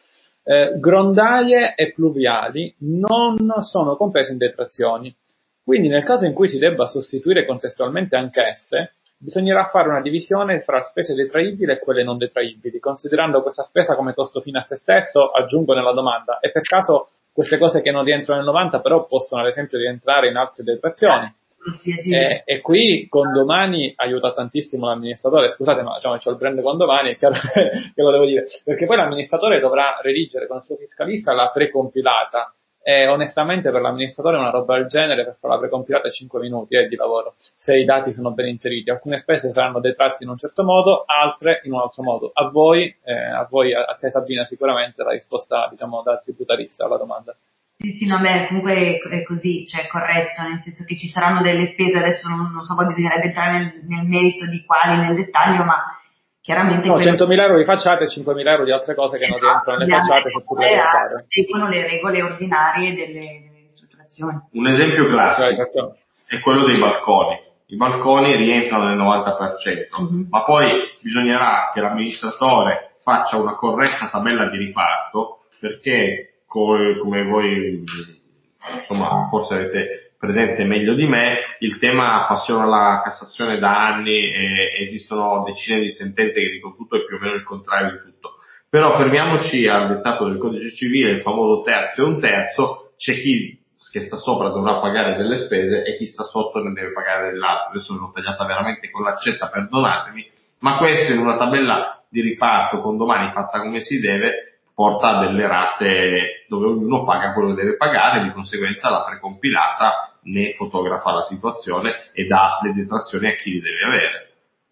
Eh, grondaie e pluviali non sono comprese in detrazioni. Quindi nel caso in cui si debba sostituire contestualmente anch'esse, bisognerà fare una divisione fra spese detraibili e quelle non detraibili, considerando questa spesa come costo fine a se stesso. Aggiungo nella domanda, e per caso queste cose che non rientrano nel novanta però possono ad esempio rientrare in altre detrazioni? E, e qui Condomani aiuta tantissimo l'amministratore. Scusate, ma diciamo, c'ho il brand Condomani, è chiaro che lo devo dire, perché poi l'amministratore dovrà redigere con il suo fiscalista la precompilata, e onestamente per l'amministratore una roba del genere, per fare la precompilata, è cinque minuti eh, di lavoro, se i dati sono ben inseriti. Alcune spese saranno detratte in un certo modo, altre in un altro modo. A voi, eh, a voi, a te Sabina, sicuramente la risposta, diciamo, da tributarista alla domanda. Sì, sì, no, beh, comunque è così, cioè è corretto, nel senso che ci saranno delle spese, adesso non, non so, poi bisognerebbe entrare nel, nel merito di quali, nel dettaglio, ma chiaramente... No, centomila euro di facciate e cinquemila euro di altre cose che non rientrano nelle facciate, seppur le fare. Seguono le regole ordinarie delle, delle ristrutturazioni. Un esempio classico è quello dei balconi. I balconi rientrano nel novanta per cento, mm-hmm. ma poi bisognerà che l'amministratore faccia una corretta tabella di riparto, perché come, come voi insomma forse avete presente meglio di me, il tema appassiona la Cassazione da anni e esistono decine di sentenze che dicono tutto e più o meno il contrario di tutto. Però fermiamoci al dettato del codice civile, il famoso terzo e un terzo. C'è chi che sta sopra dovrà pagare delle spese e chi sta sotto ne deve pagare dell'altro. Adesso l'ho tagliata veramente con l'accetta, perdonatemi, ma questo in una tabella di riparto Condomani fatta come si deve porta a delle rate dove ognuno paga quello che deve pagare, di conseguenza la precompilata ne fotografa la situazione e dà le detrazioni a chi li deve avere.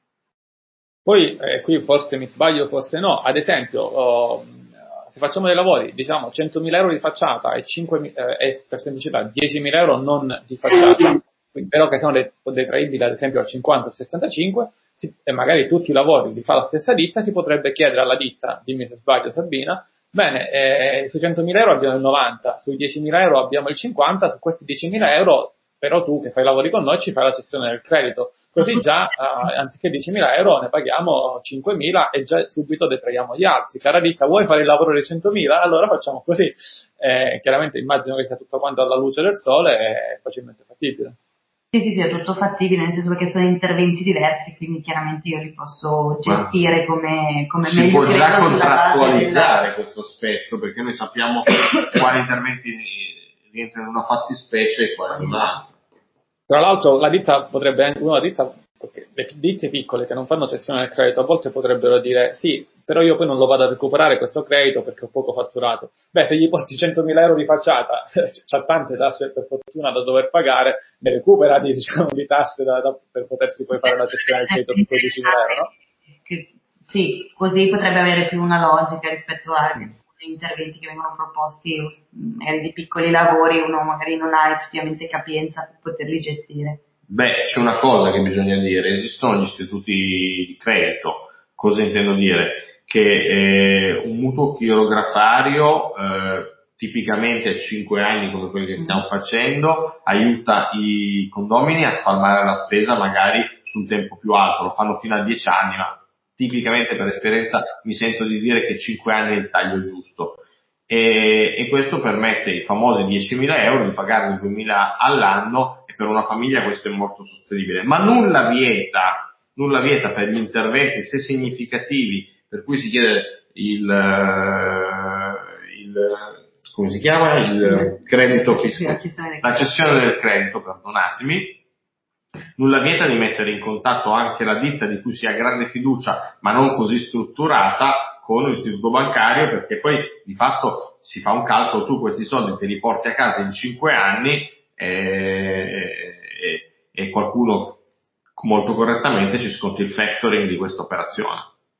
Poi eh, qui forse mi sbaglio, forse no, ad esempio oh, se facciamo dei lavori, diciamo centomila euro di facciata e, cinque, eh, e per semplicità diecimila euro non di facciata, però che sono detraibili ad esempio al cinquanta o sessantacinque, si, e magari tutti i lavori li fa la stessa ditta, si potrebbe chiedere alla ditta, dimmi se sbaglio Sabina, bene, eh, sui centomila euro abbiamo il novanta, sui diecimila euro abbiamo il cinquanta, su questi diecimila euro però tu che fai lavori con noi ci fai la cessione del credito, così già eh, anziché diecimila euro ne paghiamo cinquemila e già subito detraiamo gli altri. Cara ditta, vuoi fare il lavoro dei centomila? Allora facciamo così. Eh, chiaramente immagino che sia tutto quanto alla luce del sole e facilmente fattibile. Sì, sì, sì, è tutto fattibile, nel senso che sono interventi diversi, quindi chiaramente io li posso gestire Ma come, come si meglio può già contrattualizzare della... questo aspetto, perché noi sappiamo quali interventi rientrano in una fattispecie e quali in un'altra. Tra l'altro la ditta potrebbe, una ditta, le ditte piccole che non fanno cessione del credito a volte potrebbero dire sì, però io poi non lo vado a recuperare questo credito perché ho poco fatturato. Beh, se gli porti centomila euro di facciata, c'ha tante tasse per fortuna da dover pagare, ne recupera di, diciamo, di tasse da, da, per potersi poi fare la cessione del credito per quindicimila euro, no? Che, sì, così potrebbe avere più una logica rispetto agli interventi che vengono proposti, magari di piccoli lavori, uno magari non ha effettivamente capienza per poterli gestire. Beh, c'è una cosa che bisogna dire, esistono gli istituti di credito. Cosa intendo dire? Che eh, un mutuo chirografario eh, tipicamente a cinque anni come quelli che stiamo facendo aiuta i condomini a spalmare la spesa magari su un tempo più alto, lo fanno fino a dieci anni, ma tipicamente per esperienza mi sento di dire che cinque anni è il taglio giusto. E, e questo permette i famosi diecimila euro di pagarne duemila all'anno, e per una famiglia questo è molto sostenibile. Ma nulla vieta, nulla vieta per gli interventi, se significativi, per cui si chiede il, il come si chiama? Il credito fiscale, la cessione del credito, perdonatemi. Nulla vieta di mettere in contatto anche la ditta di cui si ha grande fiducia, ma non così strutturata, con l'istituto bancario, perché poi di fatto si fa un calcolo, tu questi soldi te li porti a casa in cinque anni e, e, e qualcuno molto correttamente ci sconti il factoring di questa operazione.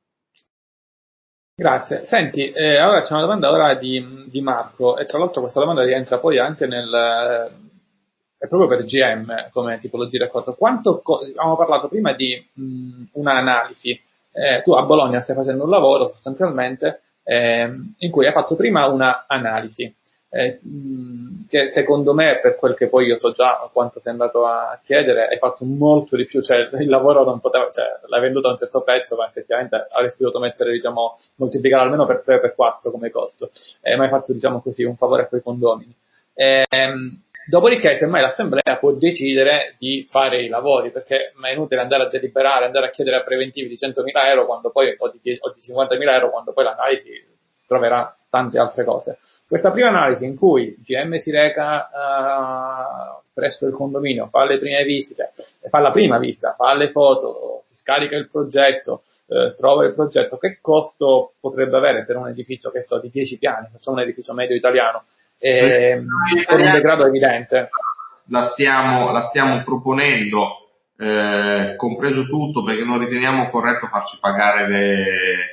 Grazie. Senti, eh, allora c'è una domanda ora di, di Marco, e tra l'altro questa domanda rientra poi anche nel... è proprio per G M come tipologia di raccolta. Quanto co- abbiamo parlato prima di mh, un'analisi. Eh, tu a Bologna stai facendo un lavoro sostanzialmente eh, in cui hai fatto prima una analisi. eh, che secondo me, per quel che poi io so già quanto sei andato a chiedere, hai fatto molto di più, cioè il lavoro non poteva, cioè l'hai venduto a un certo prezzo, ma effettivamente avresti dovuto mettere, diciamo, moltiplicare almeno per tre o per quattro come costo, eh, ma hai fatto, diciamo così, un favore a quei condomini. Ehm, Dopodiché, semmai l'assemblea può decidere di fare i lavori, perché è inutile andare a deliberare, andare a chiedere a preventivi di centomila euro quando poi, o di, o di cinquantamila euro quando poi l'analisi troverà tante altre cose. Questa prima analisi in cui il G M si reca uh, presso il condominio, fa le prime visite, fa la prima visita, fa le foto, si scarica il progetto, eh, trova il progetto, che costo potrebbe avere per un edificio che so di dieci piani, facciamo un edificio medio italiano, eh, con un degrado evidente. La stiamo, la stiamo proponendo, eh, compreso tutto, perché non riteniamo corretto farci pagare le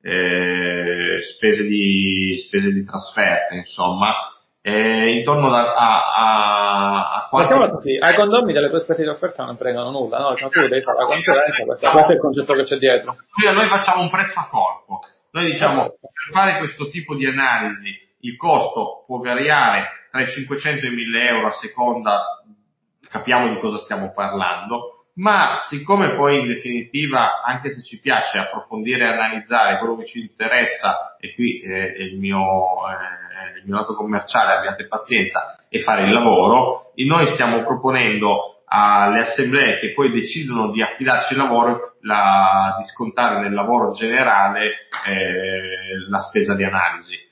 eh, spese di spese di trasferte, insomma, eh, intorno a, a, a, a qualche... Facciamo così, ai condomini delle tue spese di offerta non prendono nulla, no? Cioè, tu devi fare la consulenza, questo, questo è il concetto che c'è dietro. Noi facciamo un prezzo a corpo, noi diciamo, per fare questo tipo di analisi il costo può variare tra i cinquecento e i mille euro a seconda, capiamo di cosa stiamo parlando, ma siccome poi in definitiva, anche se ci piace approfondire e analizzare quello che ci interessa, e qui eh, è il mio, eh, il mio lato commerciale, abbiate pazienza, e fare il lavoro, e noi stiamo proponendo alle assemblee che poi decidono di affidarci il lavoro, la, di scontare nel lavoro generale eh, la spesa di analisi.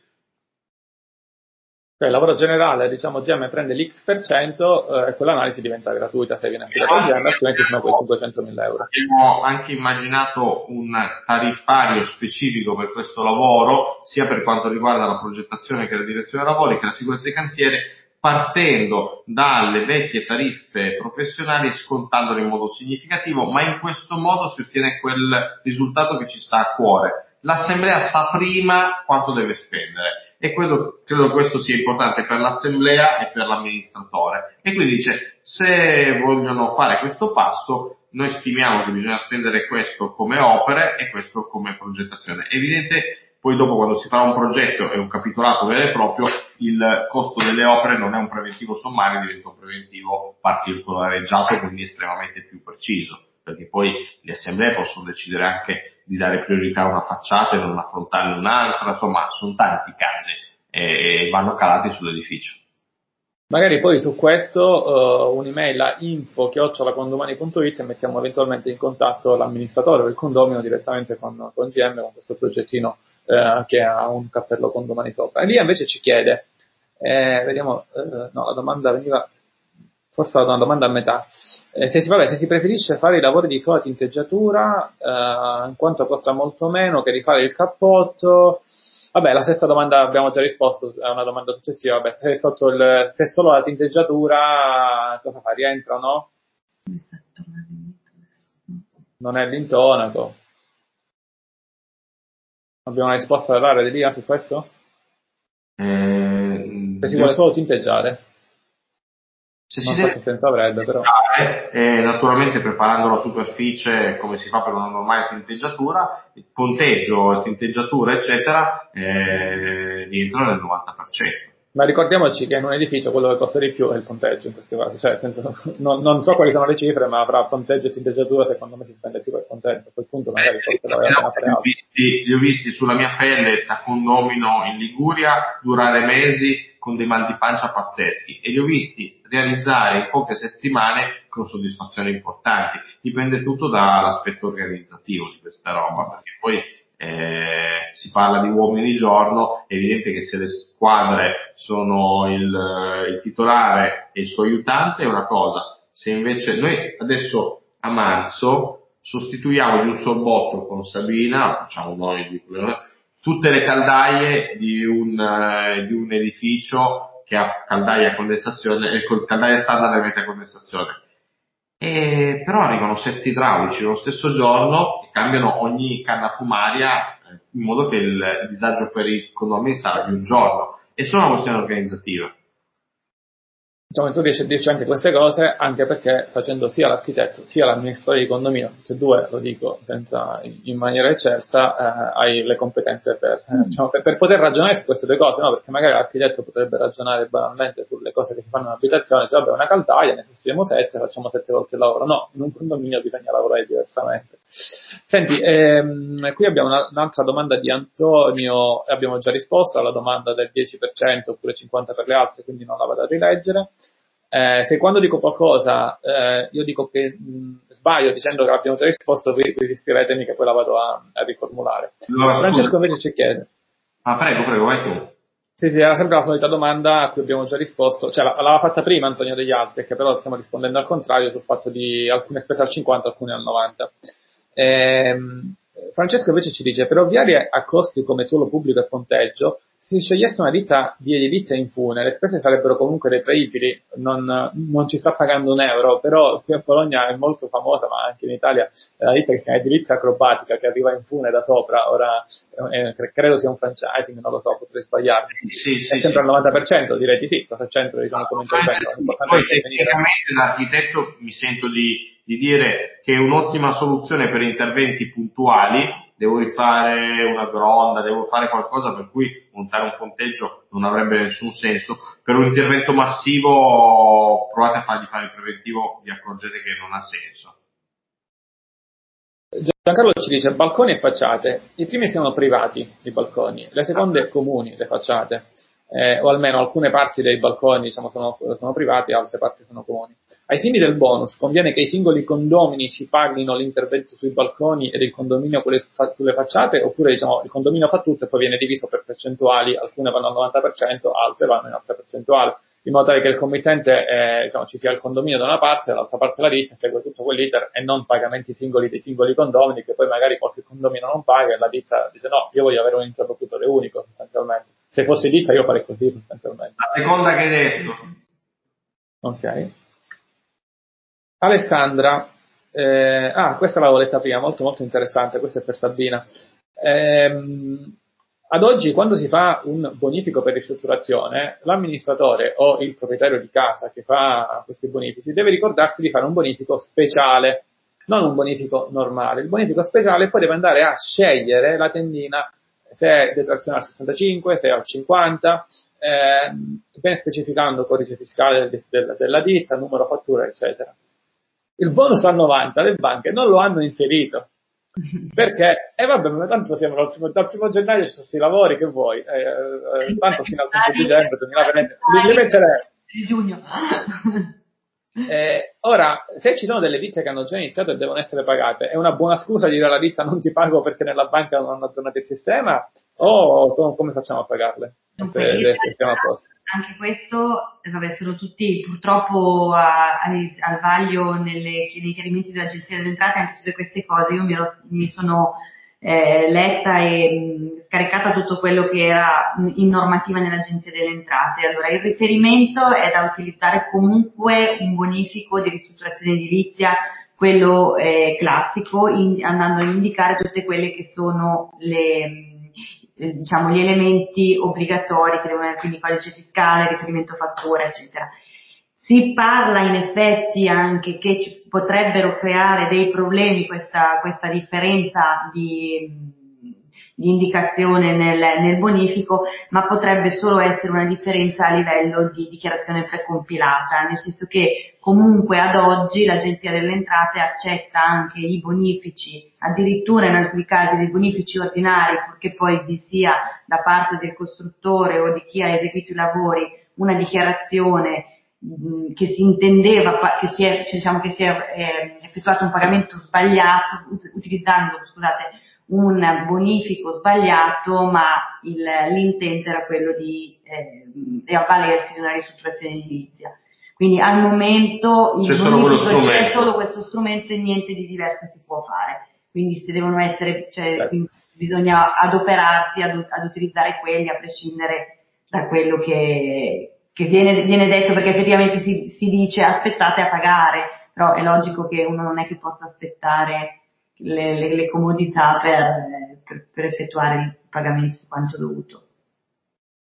Cioè il lavoro generale, diciamo, G M prende l'X per cento eh, e quell'analisi diventa gratuita se viene affidato al G M, altrimenti sono quei cinquecentomila euro. Abbiamo anche immaginato un tariffario specifico per questo lavoro, sia per quanto riguarda la progettazione che la direzione dei lavori che la sicurezza di cantiere, partendo dalle vecchie tariffe professionali e scontandole in modo significativo, ma in questo modo si ottiene quel risultato che ci sta a cuore. L'assemblea sa prima quanto deve spendere. E quello, credo che questo sia importante per l'assemblea e per l'amministratore. E quindi dice, se vogliono fare questo passo, noi stimiamo che bisogna spendere questo come opere e questo come progettazione. È evidente, poi dopo quando si farà un progetto e un capitolato vero e proprio, il costo delle opere non è un preventivo sommario, diventa un preventivo particolareggiato, quindi estremamente più preciso. Perché poi le assemblee possono decidere anche di dare priorità a una facciata e non affrontarne un'altra, insomma, sono tanti casi e, e vanno calati sull'edificio. Magari poi su questo uh, un'email a info chiocciola condomani punto it e mettiamo eventualmente in contatto l'amministratore o il condomino direttamente con, con G M, con questo progettino uh, che ha un cappello condomani sopra. E lì invece ci chiede, eh, vediamo, uh, no, la domanda veniva... Forse una domanda a metà. Eh, se, si, vabbè, se si preferisce fare i lavori di sola tinteggiatura, eh, in quanto costa molto meno che rifare il cappotto. Vabbè, la stessa domanda abbiamo già risposto, è una domanda successiva. Vabbè, se è, sotto il, se è solo la tinteggiatura, cosa fa? Rientra o no? Non è l'intonaco. Abbiamo una risposta da dare di Lia su questo? Eh, se si vuole solo tinteggiare. Se non si so deve senza freddo, però. Eh, naturalmente preparando la superficie come si fa per una normale tinteggiatura, il ponteggio, tinteggiatura eccetera eh, rientrano nel novanta per cento. Ma ricordiamoci che in un edificio quello che costa di più è il ponteggio in questi casi, cioè senso, non, non so quali sono le cifre, ma avrà ponteggio e tinteggiatura, secondo me si spende più per ponteggio, a quel punto magari eh, forse la voglio appena fare altro. Li ho visti sulla mia pelle da condomino in Liguria durare mesi con dei mal di pancia pazzeschi e li ho visti realizzare in poche settimane con soddisfazioni importanti. Dipende tutto dall'aspetto organizzativo di questa roba, perché poi eh, si parla di uomini di giorno, è evidente che se le squadre sono il, il titolare e il suo aiutante è una cosa, se invece noi adesso a marzo sostituiamo di un sol botto con Sabina, facciamo noi di tutte le caldaie di un, uh, di un edificio che ha caldaia a condensazione, eh, caldaia standard e meta condensazione. E, però arrivano sette idraulici lo stesso giorno e cambiano ogni canna fumaria eh, in modo che il disagio per i condomini sarà di un giorno. E sono una questione organizzativa. Diciamo, tu riesci a dirci anche queste cose, anche perché facendo sia l'architetto sia l'amministratore di condominio, tutti e due, lo dico senza, in maniera eccelsa, eh, hai le competenze per, eh, diciamo, per, per poter ragionare su queste due cose, no? Perché magari l'architetto potrebbe ragionare banalmente sulle cose che si fanno in abitazione, cioè vabbè, una caldaia, ne sistiamo sette, facciamo sette volte il lavoro. No, in un condominio bisogna lavorare diversamente. Senti, ehm, qui abbiamo una, un'altra domanda di Antonio, abbiamo già risposto alla domanda del dieci per cento oppure cinquanta per cento per le altre, quindi non la vado a rileggere. Eh, se quando dico qualcosa eh, io dico che mh, sbaglio dicendo che abbiamo già risposto, vi, vi scrivetemi che poi la vado a, a riformulare. Allora, Francesco invece ci chiede. Ah, prego, prego, vai tu. Sì, sì, era sempre la solita domanda a cui abbiamo già risposto, cioè l'aveva fatta prima Antonio degli altri, che però stiamo rispondendo al contrario sul fatto di alcune spese al cinquanta, alcune al novanta. Ehm, Francesco invece ci dice: per ovviare a costi come suolo pubblico e ponteggio, se si scegliesse una ditta di edilizia in Fune, le spese sarebbero comunque detraibili, non, non ci sta pagando un euro, però qui a Bologna è molto famosa, ma anche in Italia, la ditta che si chiama Edilizia Acrobatica, che arriva in Fune da sopra, ora eh, credo sia un franchising, non lo so, potrei sbagliarmi, sì, sì, è sempre sì. al novanta per cento, direi di sì, cosa c'entra diciamo, come intervento? Poi tecnicamente l'architetto mi sento di, di dire che è un'ottima soluzione per interventi puntuali. Devo rifare una gronda, devo fare qualcosa per cui montare un ponteggio non avrebbe nessun senso. Per un intervento massivo provate a fargli fare il preventivo, vi accorgete che non ha senso. Giancarlo ci dice: balconi e facciate. I primi sono privati, i balconi, le seconde comuni, le facciate. Eh, o almeno alcune parti dei balconi diciamo, sono, sono privati, altre parti sono comuni. Ai fini del bonus conviene che i singoli condomini si paghino l'intervento sui balconi ed il condominio quelle sulle facciate, oppure diciamo, il condominio fa tutto e poi viene diviso per percentuali, alcune vanno al novanta per cento, altre vanno in altre percentuali, in modo tale che il committente eh, diciamo, ci sia il condominio da una parte, dall'altra parte la ditta, segue tutto quell'iter e non pagamenti singoli dei singoli condomini, che poi magari qualche condominio non paga e la ditta dice no, io voglio avere un interlocutore unico sostanzialmente. Se fossi ditta io farei così sostanzialmente. La seconda che hai detto. Ok. Alessandra, eh, ah, questa l'avevo letta prima, molto molto interessante, questa è per Sabina. Ehm, ad oggi quando si fa un bonifico per ristrutturazione, l'amministratore o il proprietario di casa che fa questi bonifici deve ricordarsi di fare un bonifico speciale, non un bonifico normale. Il bonifico speciale poi deve andare a scegliere la tendina se è detrazione al sessantacinque, se è al cinquanta, eh, ben specificando codice fiscale de- de- della ditta, numero fattura, eccetera. Il bonus al novanta le banche non lo hanno inserito. Perché? E eh vabbè, ma tanto siamo dal primo, dal primo gennaio ci sono questi lavori, che vuoi? Eh, eh, tanto fino al trenta dicembre duemilaventi li, li metteremo. Di giugno. Eh, ora, se ci sono delle ditte che hanno già iniziato e devono essere pagate, è una buona scusa dire alla ditta non ti pago perché nella banca non hanno aggiornato il sistema, o come facciamo a pagarle? Dunque, se, se stiamo a posto. Anche questo, vabbè, sono tutti purtroppo a, a, al vaglio nelle, nei chiarimenti dell'Agenzia delle Entrate, anche tutte queste cose. Io mi, ero, mi sono eh, letta e mh, scaricata tutto quello che era in normativa nell'Agenzia delle Entrate. Allora, il riferimento è da utilizzare comunque un bonifico di ristrutturazione edilizia, quello eh, classico, in, andando a indicare tutte quelle che sono le diciamo gli elementi obbligatori che devono avere, quindi codice fiscale, riferimento fattura, eccetera. Si parla in effetti anche che ci potrebbero creare dei problemi questa, questa differenza di, di indicazione nel, nel bonifico, ma potrebbe solo essere una differenza a livello di dichiarazione precompilata, nel senso che comunque ad oggi l'Agenzia delle Entrate accetta anche i bonifici, addirittura in alcuni casi dei bonifici ordinari, purché poi vi sia da parte del costruttore o di chi ha eseguito i lavori una dichiarazione mh, che si intendeva, che si è, diciamo che si è eh, effettuato un pagamento sbagliato, utilizzando, scusate, un bonifico sbagliato, ma il, l'intento era quello di eh, avvalersi di una ristrutturazione edilizia. Quindi al momento il bonifico c'è solo questo strumento e niente di diverso si può fare. Quindi se devono essere, cioè, bisogna adoperarsi ad, ad utilizzare quelli a prescindere da quello che, che viene, viene detto, perché effettivamente si, si dice aspettate a pagare, però è logico che uno non è che possa aspettare le, le, le comodità per, per, per effettuare il pagamento di quanto dovuto.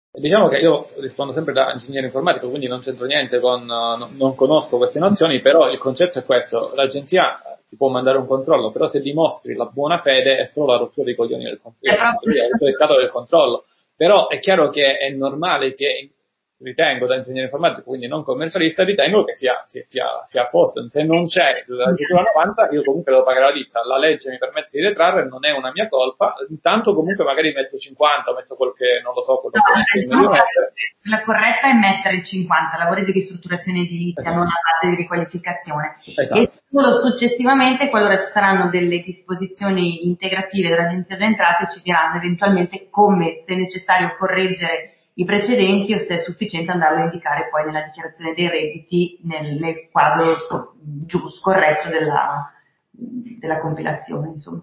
Diciamo che io rispondo sempre da ingegnere informatico, quindi non c'entro niente con, no, non conosco queste nozioni, però il concetto è questo: l'agenzia ti può mandare un controllo, però se dimostri la buona fede è solo la rottura dei coglioni del controllo, del controllo. Però è chiaro che è normale che, ritengo, da ingegnere informatico, quindi non commercialista, ritengo che sia, sia, sia, sia a posto. Se non c'è la lettura novanta, io comunque devo pagare la ditta, la legge mi permette di detrarre, non è una mia colpa, intanto comunque magari metto cinquanta, metto quel che, non lo so, quello no, che diciamo devo mettere. La corretta è mettere il cinquanta, lavori di ristrutturazione edilizia, esatto, non la base di riqualificazione. Esatto. E solo successivamente, qualora ci saranno delle disposizioni integrative dell'Agenzia delle Entrate, ci diranno eventualmente come, se necessario, correggere i precedenti o se è sufficiente andarlo a indicare poi nella dichiarazione dei redditi nel, nel quadro giusto, corretto della, della compilazione, insomma.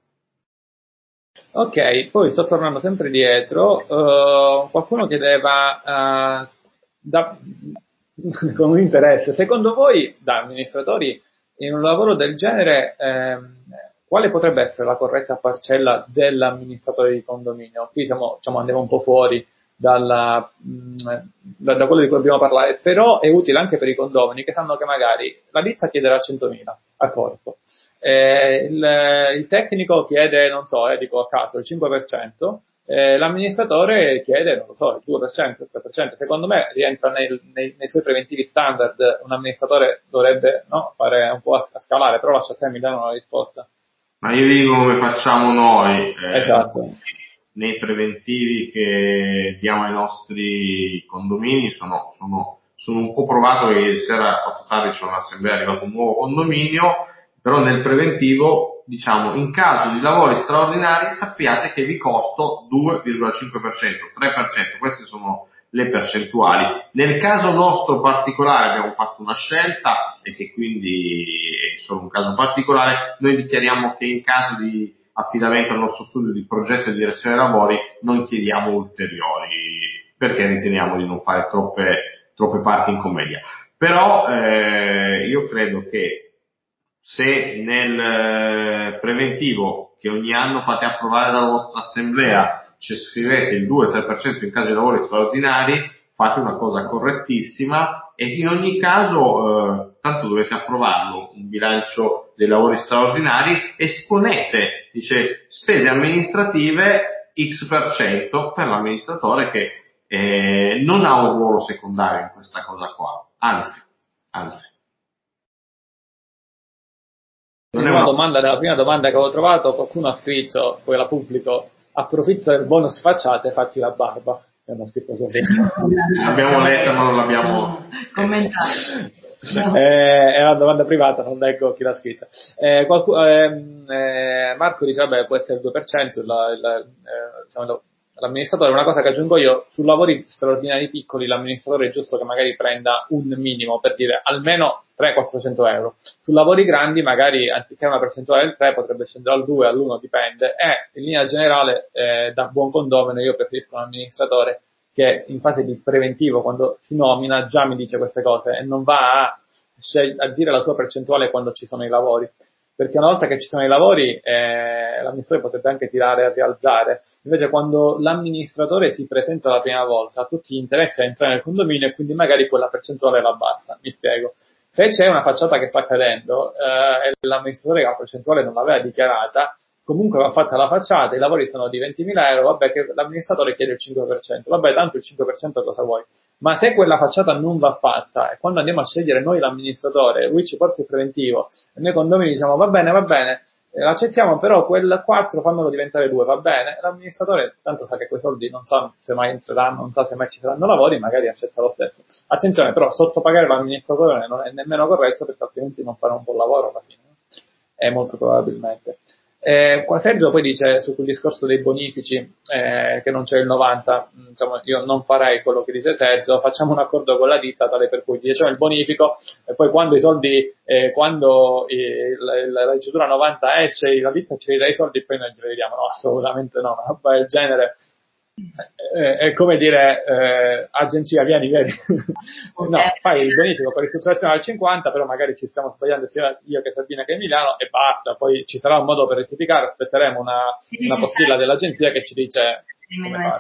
Ok, poi sto tornando sempre dietro, uh, qualcuno chiedeva uh, da, con un interesse, secondo voi da amministratori in un lavoro del genere ehm, quale potrebbe essere la corretta parcella dell'amministratore di condominio? Qui siamo, diciamo, andiamo un po' fuori dalla, da, da quello di cui dobbiamo parlare, però è utile anche per i condomini che sanno che magari la ditta chiederà centomila a corpo, eh, il, il tecnico chiede, non so, eh, dico a caso, il cinque per cento, eh, l'amministratore chiede, non lo so, il due per cento, il tre per cento. Secondo me rientra nel, nei, nei suoi preventivi standard, un amministratore dovrebbe, no, fare un po' a, a scalare, però lascia a te, mi danno una risposta. Ma io dico come facciamo noi. Eh, esatto. Nei preventivi che diamo ai nostri condomini sono, sono, sono un po' provato che ieri sera a quattro tardi c'è un'assemblea, è arrivato un nuovo condominio, però nel preventivo, diciamo, in caso di lavori straordinari sappiate che vi costo due virgola cinque per cento, tre per cento, queste sono le percentuali. Nel caso nostro particolare abbiamo fatto una scelta e che quindi è solo un caso particolare, noi dichiariamo che in caso di affidamento al nostro studio di progetto e direzione dei lavori non chiediamo ulteriori, perché riteniamo di non fare troppe, troppe parti in commedia. Però eh, io credo che se nel preventivo che ogni anno fate approvare dalla vostra assemblea ci scrivete il due tre per cento in caso di lavori straordinari, fate una cosa correttissima e in ogni caso eh, tanto dovete approvarlo un bilancio dei lavori straordinari, esponete, dice, spese amministrative X per cento per l'amministratore che eh, non ha un ruolo secondario in questa cosa qua, anzi, anzi. La prima, domanda, la prima domanda che avevo trovato, qualcuno ha scritto, poi la pubblico, approfitto del bonus facciate, facci la barba. E hanno scritto così. L'abbiamo letta ma non l'abbiamo commentato. Eh, è una domanda privata, non leggo chi l'ha scritta. Eh, qualcuno, eh, eh, Marco dice, vabbè, può essere il due per cento, la, la, eh, diciamo, l'amministratore. Una cosa che aggiungo io, su lavori straordinari piccoli l'amministratore è giusto che magari prenda un minimo, per dire almeno trecento quattrocento euro. Su lavori grandi magari anziché una percentuale del tre potrebbe scendere al due, all'uno, dipende. E in linea generale eh, da buon condomino io preferisco un amministratore che in fase di preventivo, quando si nomina, già mi dice queste cose e non va a, a dire la sua percentuale quando ci sono i lavori. Perché una volta che ci sono i lavori eh, l'amministratore potrebbe anche tirare a rialzare. Invece quando l'amministratore si presenta la prima volta, a tutti gli interessa entrare nel condominio e quindi magari quella percentuale la abbassa. Mi spiego. Se c'è una facciata che sta cadendo eh, e l'amministratore che la percentuale non l'aveva dichiarata, comunque va fatta la facciata, i lavori sono di ventimila euro, vabbè che l'amministratore chiede il cinque per cento, vabbè tanto il cinque per cento cosa vuoi? Ma se quella facciata non va fatta e quando andiamo a scegliere noi l'amministratore, lui ci porta il preventivo e noi condomini diciamo va bene, va bene, eh, accettiamo però quel quattro fammelo diventare due, va bene, l'amministratore tanto sa che quei soldi non sa se mai entreranno, non sa se mai ci saranno lavori, magari accetta lo stesso. Attenzione però, sottopagare l'amministratore non è nemmeno corretto perché altrimenti non farà un buon lavoro alla fine, è molto probabilmente. Eh, qua Sergio poi dice su quel discorso dei bonifici eh, che non c'è il novanta, insomma io non farei quello che dice Sergio, facciamo un accordo con la ditta tale per cui diciamo il bonifico e poi quando i soldi eh, quando eh, la, la ricevuta novanta esce la ditta ci ridà i soldi e poi noi glieli diamo. No, assolutamente no, una roba del genere è, è come dire eh, agenzia vieni vedi no, fai il bonifico con ristrutturazione al cinquanta, però magari ci stiamo sbagliando sia io che Sabina che Emiliano e basta, poi ci sarà un modo per rettificare, aspetteremo una, una postilla dell'agenzia che ci dice come fare.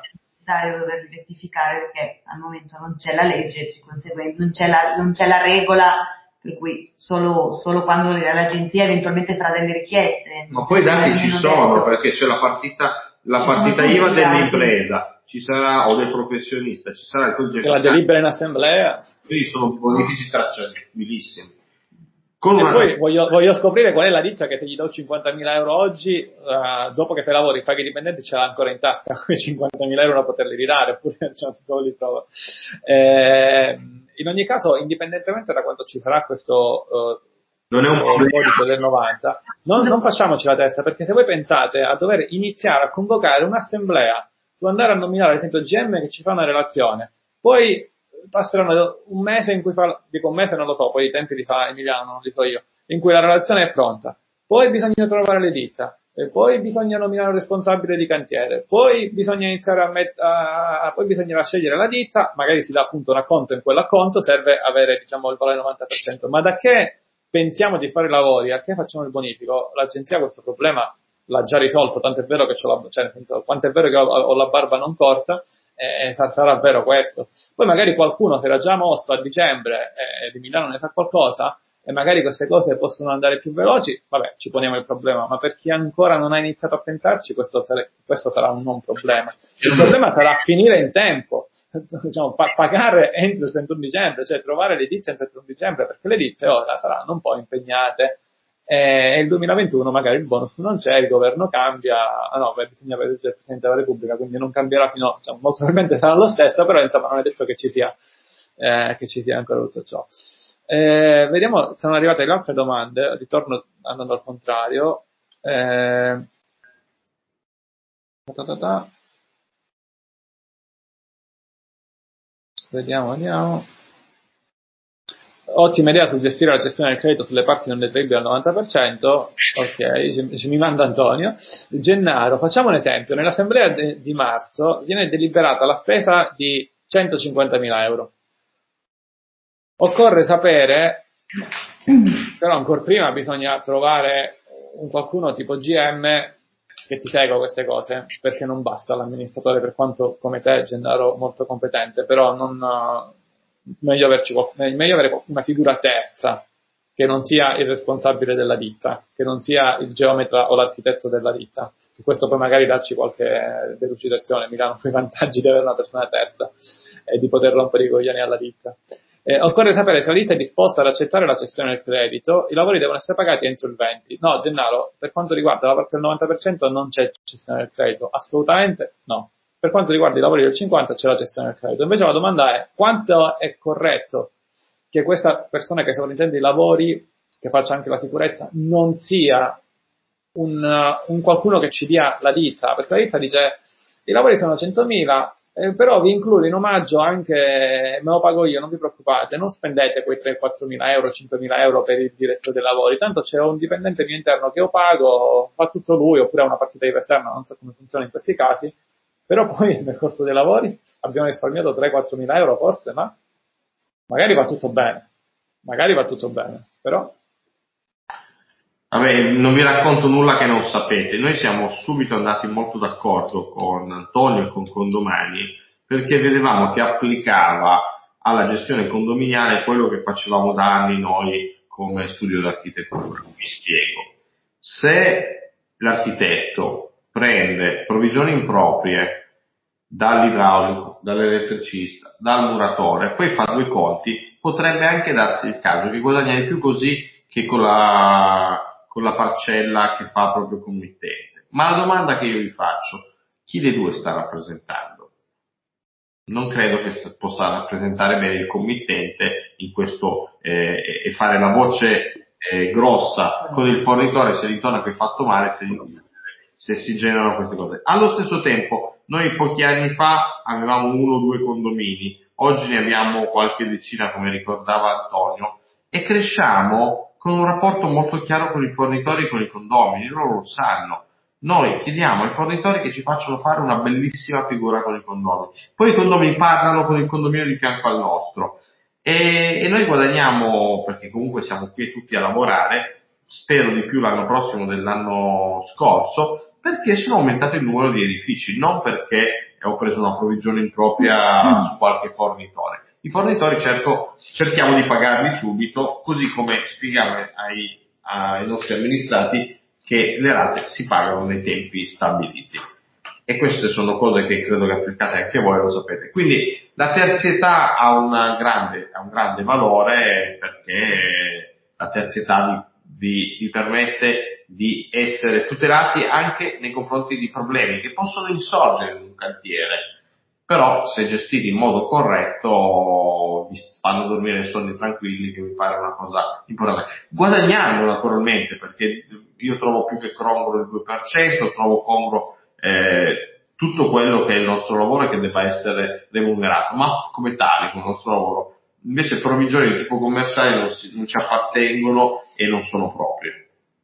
necessario dover rettificare perché al momento non c'è la legge, di conseguenza non c'è la, non c'è la regola, per cui solo, solo quando l'agenzia eventualmente farà delle richieste. Ma poi i dati ci sono, detto, perché c'è la partita, la partita I V A dell'impresa, ci sarà, o del professionista, ci sarà il codice fiscale. La delibera in assemblea. Quindi sono bonifici tracciabilissimi. Con e una... poi voglio, voglio scoprire qual è la ditta che se gli do cinquantamila euro oggi, uh, dopo che fai lavori, paghi i dipendenti, ce l'ha ancora in tasca quei cinquantamila euro da poterli ridare, oppure c'è solo li trova. Eh, in ogni caso, indipendentemente da quanto ci sarà questo uh, non è un codice del novanta, non, non facciamoci la testa, perché se voi pensate a dover iniziare a convocare un'assemblea su andare a nominare ad esempio G M che ci fa una relazione, poi passeranno un mese in cui fa, dico un mese non lo so, poi i tempi li fa Emiliano, non li so io, in cui la relazione è pronta, poi bisogna trovare le ditta, e poi bisogna nominare un responsabile di cantiere, poi bisogna iniziare a met- a, poi bisognerà scegliere la ditta, magari si dà appunto un acconto, in quell'acconto serve avere diciamo il valore novanta per cento, ma da che pensiamo di fare i lavori, a che facciamo il bonifico, l'agenzia questo problema l'ha già risolto, tanto è vero che c'ho la, cioè, quanto è vero che ho, ho la barba non corta, eh, sarà vero questo. Poi magari qualcuno si era già mosso a dicembre e eh, di Milano ne sa qualcosa e magari queste cose possono andare più veloci, vabbè, ci poniamo il problema, ma per chi ancora non ha iniziato a pensarci questo, sare, questo sarà un non problema. Il problema sarà finire in tempo, diciamo, pa- pagare entro il trentuno dicembre, cioè trovare le ditte entro il trentuno dicembre, perché le ditte ora saranno un po' impegnate. E il duemilaventuno magari il bonus non c'è, il governo cambia, ah no, beh, bisogna vedere il Presidente della Repubblica, quindi non cambierà fino, diciamo, molto probabilmente sarà lo stesso, però insomma non è detto che ci sia, eh, che ci sia ancora tutto ciò. Eh, vediamo, sono arrivate le altre domande, ritorno andando al contrario. Eh, ta ta ta. Vediamo, vediamo. Ottima idea sul gestire la gestione del credito sulle parti non detraibili al novanta per cento. Ok, ci, ci mi manda Antonio. Gennaro, facciamo un esempio. Nell'assemblea de, di marzo viene deliberata la spesa di centocinquantamila euro. Occorre sapere, però ancora prima bisogna trovare un qualcuno tipo G M che ti segua queste cose, perché non basta l'amministratore, per quanto come te, Gennaro, molto competente, però non... Meglio, averci, meglio avere una figura terza che non sia il responsabile della ditta, che non sia il geometra o l'architetto della ditta. Su questo poi magari darci qualche delucidazione, Milano, sui vantaggi di avere una persona terza e di poter rompere i coglioni alla ditta. Eh, occorre sapere se la ditta è disposta ad accettare la cessione del credito, i lavori devono essere pagati entro il venti. No, Gennaro, per quanto riguarda la parte del novanta per cento non c'è cessione del credito, assolutamente no. Per quanto riguarda i lavori del cinquanta c'è la gestione del credito. Invece la domanda è quanto è corretto che questa persona che sovrintende i lavori, che faccia anche la sicurezza, non sia un, uh, un qualcuno che ci dia la ditta, perché la ditta dice i lavori sono centomila, eh, però vi includo in omaggio anche, me lo pago io, non vi preoccupate, non spendete quei tre quattro mila euro, cinquemila euro per il direttore dei lavori, tanto c'è un dipendente mio interno che io pago, fa tutto lui, oppure ha una partita di esterna, non so come funziona in questi casi. Però poi nel corso dei lavori abbiamo risparmiato tre quattro mila euro forse, ma magari va tutto bene, magari va tutto bene, però... Vabbè, non vi racconto nulla che non sapete, noi siamo subito andati molto d'accordo con Antonio e con Condomani, perché vedevamo che applicava alla gestione condominiale quello che facevamo da anni noi come studio d'architettura. Vi spiego. Se l'architetto prende provvigioni improprie dall'idraulico, dall'elettricista, dal muratore, poi fa due conti, potrebbe anche darsi il caso di guadagnare più così che con la, con la parcella che fa proprio committente. Ma la domanda che io vi faccio, chi dei due sta rappresentando? Non credo che possa rappresentare bene il committente in questo eh, e fare la voce eh, grossa con il fornitore se gli torna che hai fatto male, se gli se si generano queste cose. Allo stesso tempo, noi pochi anni fa avevamo uno o due condomini, oggi ne abbiamo qualche decina, come ricordava Antonio, e cresciamo con un rapporto molto chiaro con i fornitori e con i condomini, loro lo sanno. Noi chiediamo ai fornitori che ci facciano fare una bellissima figura con i condomini, poi i condomini parlano con il condominio di fianco al nostro e, e noi guadagniamo, perché comunque siamo qui tutti a lavorare, spero di più l'anno prossimo dell'anno scorso, perché sono aumentato il numero di edifici, non perché ho preso una provvigione impropria su qualche fornitore. I fornitori cerco, cerchiamo di pagarli subito, così come spieghiamo ai, ai nostri amministrati che le rate si pagano nei tempi stabiliti. E queste sono cose che credo che applicate anche voi, lo sapete. Quindi la terzietà ha, una grande, ha un grande valore, perché la terzietà vi, vi, vi permette di essere tutelati anche nei confronti di problemi che possono insorgere in un cantiere. Però se gestiti in modo corretto vi fanno dormire sonni tranquilli, che mi pare una cosa importante. Guadagnando naturalmente, perché io trovo più che congruo il due per cento, trovo congruo eh, tutto quello che è il nostro lavoro e che debba essere remunerato, ma come tale con il nostro lavoro. Invece provvigioni di tipo commerciale non, si, non ci appartengono e non sono proprie.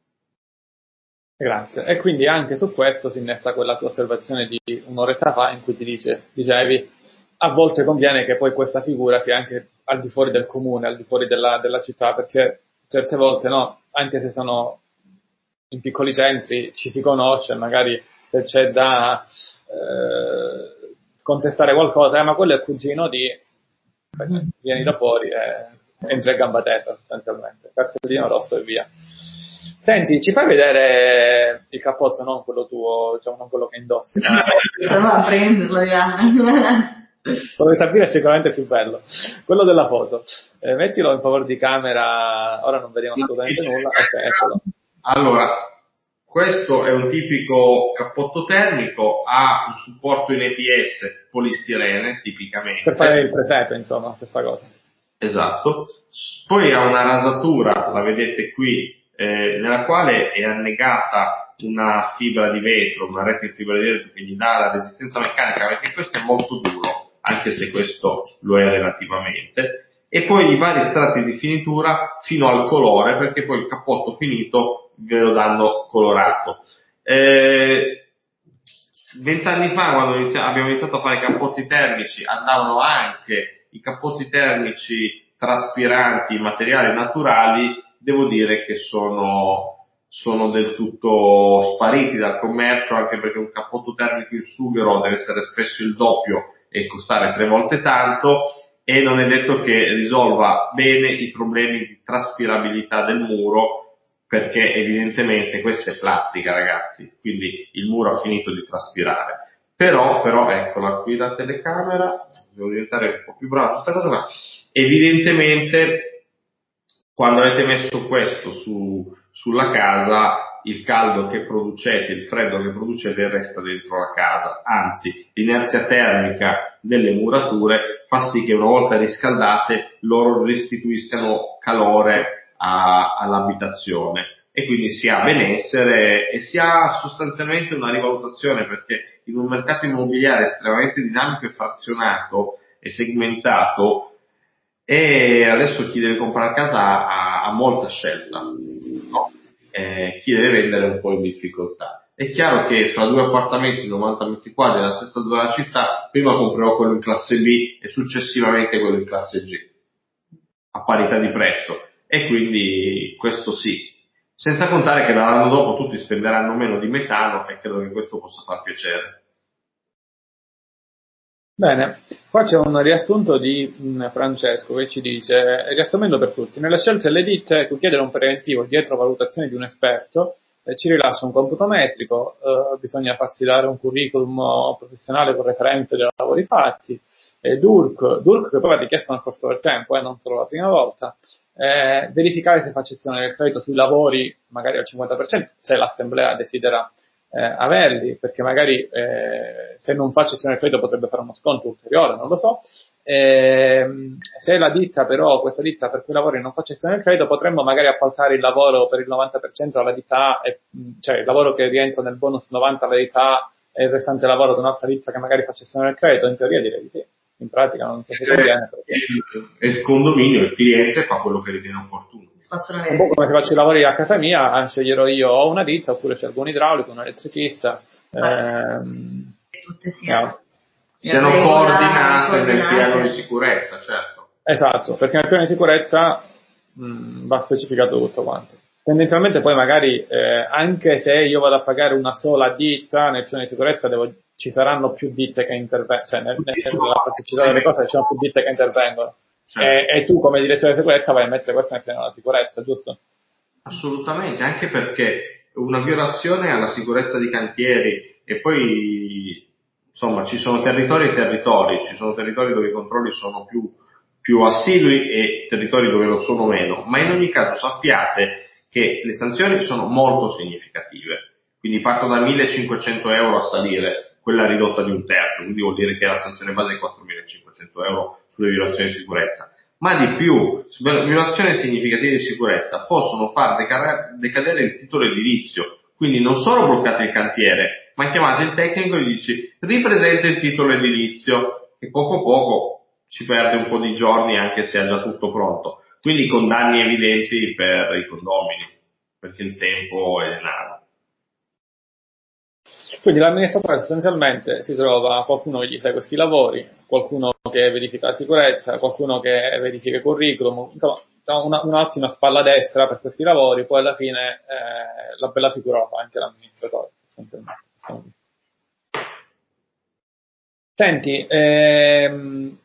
Grazie. E quindi anche su questo si innesta quella tua osservazione di un'oretta fa in cui ti dice, dicevi, a volte conviene che poi questa figura sia anche al di fuori del comune, al di fuori della, della città, perché certe volte no, anche se sono in piccoli centri ci si conosce, magari se c'è da eh, contestare qualcosa, eh, ma quello è il cugino di, vieni da fuori e entri a gamba tesa sostanzialmente, cartellino rosso e via. Senti, ci fai vedere il cappotto, non quello tuo, cioè non quello che indossi. Stavo a prenderlo già. Quello di Sabina è sicuramente più bello. Quello della foto. Eh, mettilo in favore di camera, ora non vediamo assolutamente nulla. Ok, eccolo. Allora, questo è un tipico cappotto termico, ha un supporto in E P S polistirene, tipicamente. Per fare il presepe, insomma, questa cosa. Esatto. Poi ha una rasatura, la vedete qui, Eh, nella quale è annegata una fibra di vetro, una rete di fibra di vetro che gli dà la resistenza meccanica, perché questo è molto duro, anche se questo lo è relativamente, e poi i vari strati di finitura fino al colore, perché poi il cappotto finito ve lo danno colorato. Vent'anni eh, fa, quando inizia- abbiamo iniziato a fare i cappotti termici, andavano anche i cappotti termici traspiranti in materiali naturali. Devo dire che sono, sono del tutto spariti dal commercio, anche perché un cappotto termico in sughero deve essere spesso il doppio e costare tre volte tanto, e non è detto che risolva bene i problemi di traspirabilità del muro, perché evidentemente questa è plastica, ragazzi, quindi il muro ha finito di traspirare. Però, però, eccola qui la telecamera, devo diventare un po' più bravo su questa cosa, ma evidentemente quando avete messo questo su, sulla casa, il caldo che producete, il freddo che producete resta dentro la casa, anzi l'inerzia termica delle murature fa sì che una volta riscaldate loro restituiscano calore a, all'abitazione, e quindi si ha benessere e si ha sostanzialmente una rivalutazione, perché in un mercato immobiliare estremamente dinamico e frazionato e segmentato, e adesso chi deve comprare casa ha, ha molta scelta, no? Eh, chi deve vendere è un po' in difficoltà. È chiaro che fra due appartamenti di novanta metri quadri della stessa zona della città, prima comprerò quello in classe B e successivamente quello in classe G, a parità di prezzo, e quindi questo sì, senza contare che dall'anno dopo tutti spenderanno meno di metano, e credo che questo possa far piacere. Bene, qua c'è un riassunto di mh, Francesco che ci dice, riassumendo per tutti, nelle scelte delle ditte, cui chiedere un preventivo dietro valutazione di un esperto, eh, ci rilascia un computo metrico, eh, bisogna farsi dare un curriculum professionale con referenze dei lavori fatti, eh, D U R C, D U R C che poi va richiesto nel corso del tempo, eh, non solo la prima volta, eh, verificare se fa cessione del credito sui lavori, magari al cinquanta per cento, se l'assemblea desidera Eh, averli, perché magari eh, se non fa cessione del credito potrebbe fare uno sconto ulteriore, non lo so. Eh, se la ditta però, questa ditta per cui lavori non fa cessione del credito, potremmo magari appaltare il lavoro per il novanta per cento alla ditta A, e, cioè il lavoro che rientra nel bonus novanta alla ditta A e il restante lavoro ad un'altra ditta che magari fa cessione del credito. In teoria direi di sì, in pratica non so se conviene. Il, il condominio, il cliente fa quello che ritiene opportuno. Un po' come se faccio i lavori a casa mia, sceglierò io o una ditta oppure scelgo un idraulico, un elettricista. Ehm, tutte siano, siano coordinate nel piano di sicurezza, certo. Esatto, perché nel piano di sicurezza mh, va specificato tutto quanto. Tendenzialmente poi magari, eh, anche se io vado a pagare una sola ditta, nel piano di sicurezza devo ci saranno più ditte che intervengono, cioè nel, nella praticità delle cose ci sono più ditte che intervengono. Certo. E, e tu come direttore di sicurezza vai a mettere questo nel piano della sicurezza, giusto? Assolutamente, anche perché una violazione alla sicurezza di cantieri, e poi insomma ci sono territori e territori, ci sono territori dove i controlli sono più, più assidui e territori dove lo sono meno, ma in ogni caso sappiate che le sanzioni sono molto significative. Quindi parto da millecinquecento euro a salire, quella ridotta di un terzo, quindi vuol dire che la sanzione base è quattromilacinquecento euro sulle violazioni di sicurezza. Ma di più, violazioni significative di sicurezza possono far decadere il titolo edilizio, quindi non solo bloccate il cantiere, ma chiamate il tecnico e gli dici ripresenta il titolo edilizio, e poco poco ci perde un po' di giorni anche se ha già tutto pronto. Quindi con danni evidenti per i condomini, perché il tempo è denaro. Quindi l'amministratore sostanzialmente si trova qualcuno che gli fa questi lavori, qualcuno che verifica la sicurezza, qualcuno che verifica il curriculum, insomma una, un'ottima spalla destra per questi lavori, poi alla fine eh, la bella figura la fa anche l'amministratore. Senti, ehm,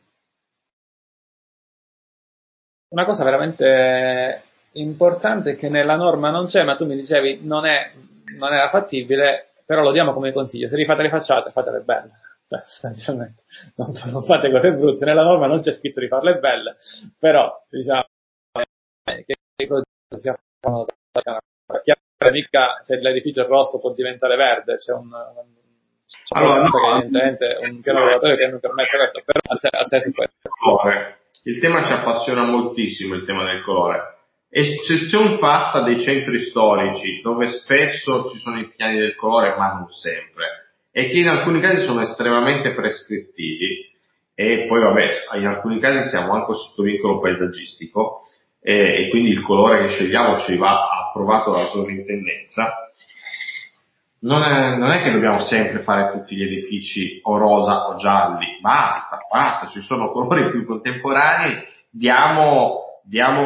una cosa veramente importante che nella norma non c'è, ma tu mi dicevi non è, non era fattibile, però lo diamo come consiglio: se rifate le facciate, fatele belle, cioè sostanzialmente non, non fate cose brutte. Nella norma non c'è scritto di farle belle, però diciamo che i progetti si fanno da chiaro, mica se l'edificio è rosso può diventare verde, c'è un, c'è allora, no, che evidentemente un piano regolatorio che non permette questo, però a te, a te su questo. Il tema ci appassiona moltissimo, il tema del colore. Eccezione fatta dei centri storici, dove spesso ci sono i piani del colore, ma non sempre, e che in alcuni casi sono estremamente prescrittivi, e poi vabbè, in alcuni casi siamo anche sotto vincolo paesaggistico, e, e quindi il colore che scegliamo ci va approvato dalla sovrintendenza. Non è, non è che dobbiamo sempre fare tutti gli edifici o rosa o gialli, basta, basta, ci sono colori più contemporanei, diamo,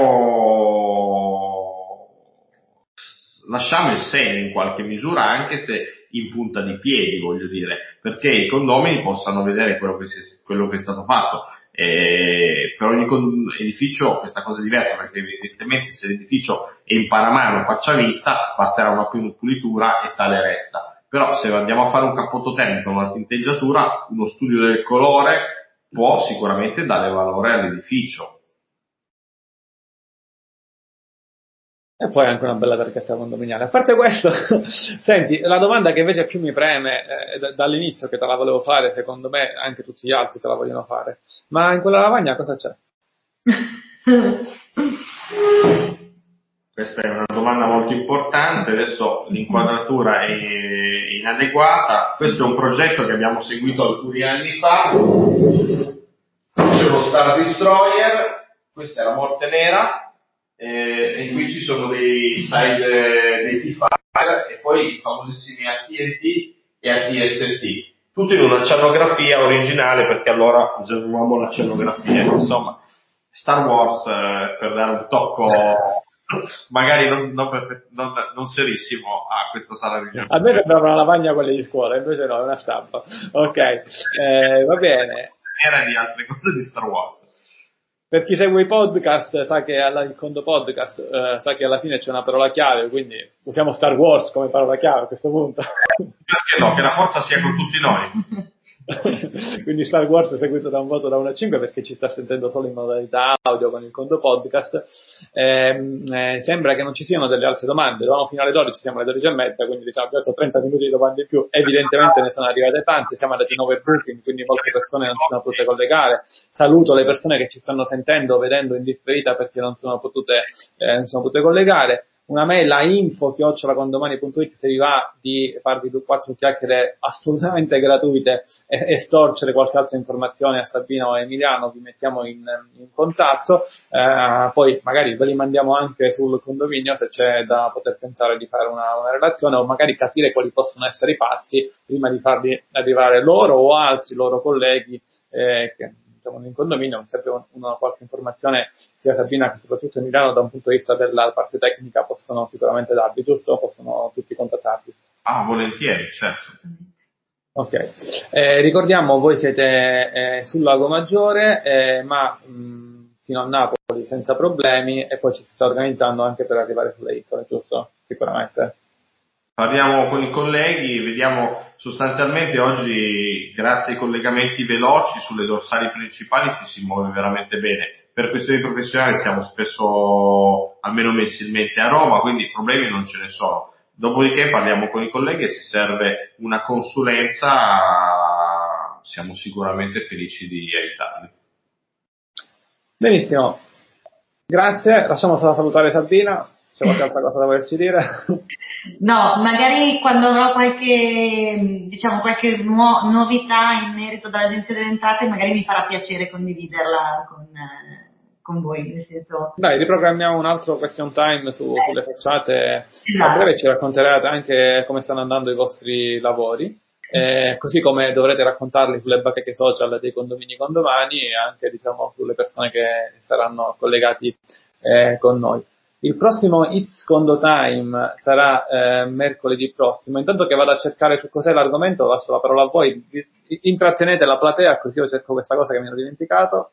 diamo, lasciamo il segno in qualche misura, anche se in punta di piedi, voglio dire, perché i condomini possano vedere quello che, si, quello che è stato fatto. E per ogni edificio questa cosa è diversa, perché evidentemente se l'edificio è in paramano faccia vista basterà una pulitura e tale resta, però se andiamo a fare un cappotto termico, una tinteggiatura, uno studio del colore può sicuramente dare valore all'edificio. E poi anche una bella targhetta condominiale. A parte questo, senti, la domanda che invece più mi preme eh, d- dall'inizio, che te la volevo fare, secondo me anche tutti gli altri te la vogliono fare, ma in quella lavagna cosa c'è? Questa è una domanda molto importante, adesso l'inquadratura è inadeguata. Questo è un progetto che abbiamo seguito alcuni anni fa, c'è uno Star Destroyer, questa è la Morte Nera, Eh, e qui ci sono dei side, dei T-file e poi i famosissimi A T and T e A T S T, tutto in una cianografia originale, perché allora usavamo la cianografia, insomma Star Wars, eh, per dare un tocco magari non, non, perfett- non, non serissimo a questa sala di gioco. A me sembrava una lavagna quelle di scuola, invece no, è una stampa. Ok, eh, va bene. Era di altre cose di Star Wars. Per chi segue i podcast sa che alla, il Condo Podcast eh, sa che alla fine c'è una parola chiave, quindi usiamo Star Wars come parola chiave a questo punto. Perché no? Che la forza sia con tutti noi. Quindi Star Wars è seguito da un voto da uno a cinque perché ci sta sentendo solo in modalità audio con il Condo Podcast. Eh, eh, sembra che non ci siano delle altre domande, dovevamo fino alle dodici, siamo alle dodici e mezza, quindi diciamo abbiamo detto trenta minuti di domande in più, evidentemente ne sono arrivate tante, siamo andati nove booking, quindi molte persone non si sono potute collegare. Saluto le persone che ci stanno sentendo, vedendo in differita perché non sono potute, eh, non sono potute collegare. Una mail a info chiocciola condomani punto it se vi va di farvi quattro chiacchiere assolutamente gratuite e, e storcere qualche altra informazione a Sabino o Emiliano, vi mettiamo in, in contatto, eh, poi magari ve li mandiamo anche sul condominio se c'è da poter pensare di fare una, una relazione, o magari capire quali possono essere i passi prima di farli arrivare loro o altri loro colleghi eh, che in condominio. Sempre una qualche informazione sia Sabina che soprattutto Emiliano da un punto di vista della parte tecnica possono sicuramente darvi, giusto? Possono tutti contattarvi. Ah, volentieri, certo. Ok, eh, ricordiamo voi siete eh, sul Lago Maggiore, eh, ma mh, fino a Napoli senza problemi, e poi ci si sta organizzando anche per arrivare sulle isole, giusto? Sicuramente. Parliamo con i colleghi, vediamo sostanzialmente oggi, grazie ai collegamenti veloci sulle dorsali principali, ci si muove veramente bene. Per questioni professionali siamo spesso almeno mensilmente a Roma, quindi problemi non ce ne sono. Dopodiché parliamo con i colleghi e se serve una consulenza siamo sicuramente felici di aiutarli. Benissimo, grazie, lasciamo solo salutare Sabina, c'è qualche altra cosa da volerci dire? No, magari quando avrò qualche, diciamo, qualche nuo- novità in merito dall'Agenzia delle Entrate, magari mi farà piacere condividerla con, eh, con voi, nel senso... Dai, riprogrammiamo un altro question time su, sulle facciate, Esatto. A breve ci racconterete anche come stanno andando i vostri lavori, eh, così come dovrete raccontarli sulle bacheche social dei condomini condomani e anche, diciamo, sulle persone che saranno collegati eh, con noi. Il prossimo It's Condo Time sarà eh, mercoledì prossimo. Intanto che vado a cercare su cos'è l'argomento, lascio la parola a voi. Intrattenete la platea, così io cerco questa cosa che mi ero dimenticato.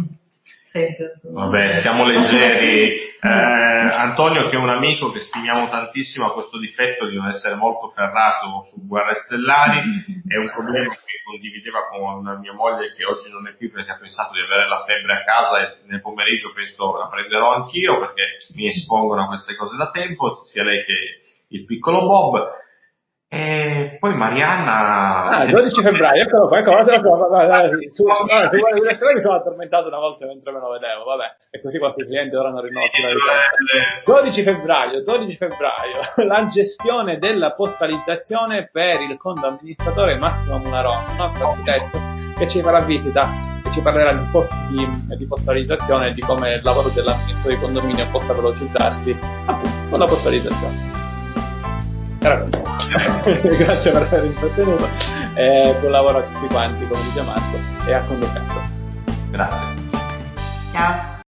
Vabbè, siamo leggeri. Eh, Antonio, che è un amico che stimiamo tantissimo, ha questo difetto di non essere molto ferrato su Guerre Stellari. È un problema che condivideva con mia moglie, che oggi non è qui perché ha pensato di avere la febbre a casa, e nel pomeriggio penso la prenderò anch'io perché mi espongono a queste cose da tempo, sia lei che il piccolo Bob. E poi Marianna... Ah, dodici febbraio, eccolo qua, ecco, su Guerre Stellari mi sono addormentato una volta mentre me lo vedevo, vabbè, e così qualche cliente ora non rinnova più la richiesta. dodici febbraio, dodici febbraio, la gestione della postalizzazione per il condo amministratore Massimo Munarone, un nostro architetto che ci farà visita e ci parlerà di, post, di, di postalizzazione e di come il lavoro dell'amministratore di condominio possa velocizzarsi appunto con la postalizzazione. Era così. Grazie per aver intrattenuto, eh, buon lavoro a tutti quanti, come dice Marco, e a Condocampo. Grazie. Ciao.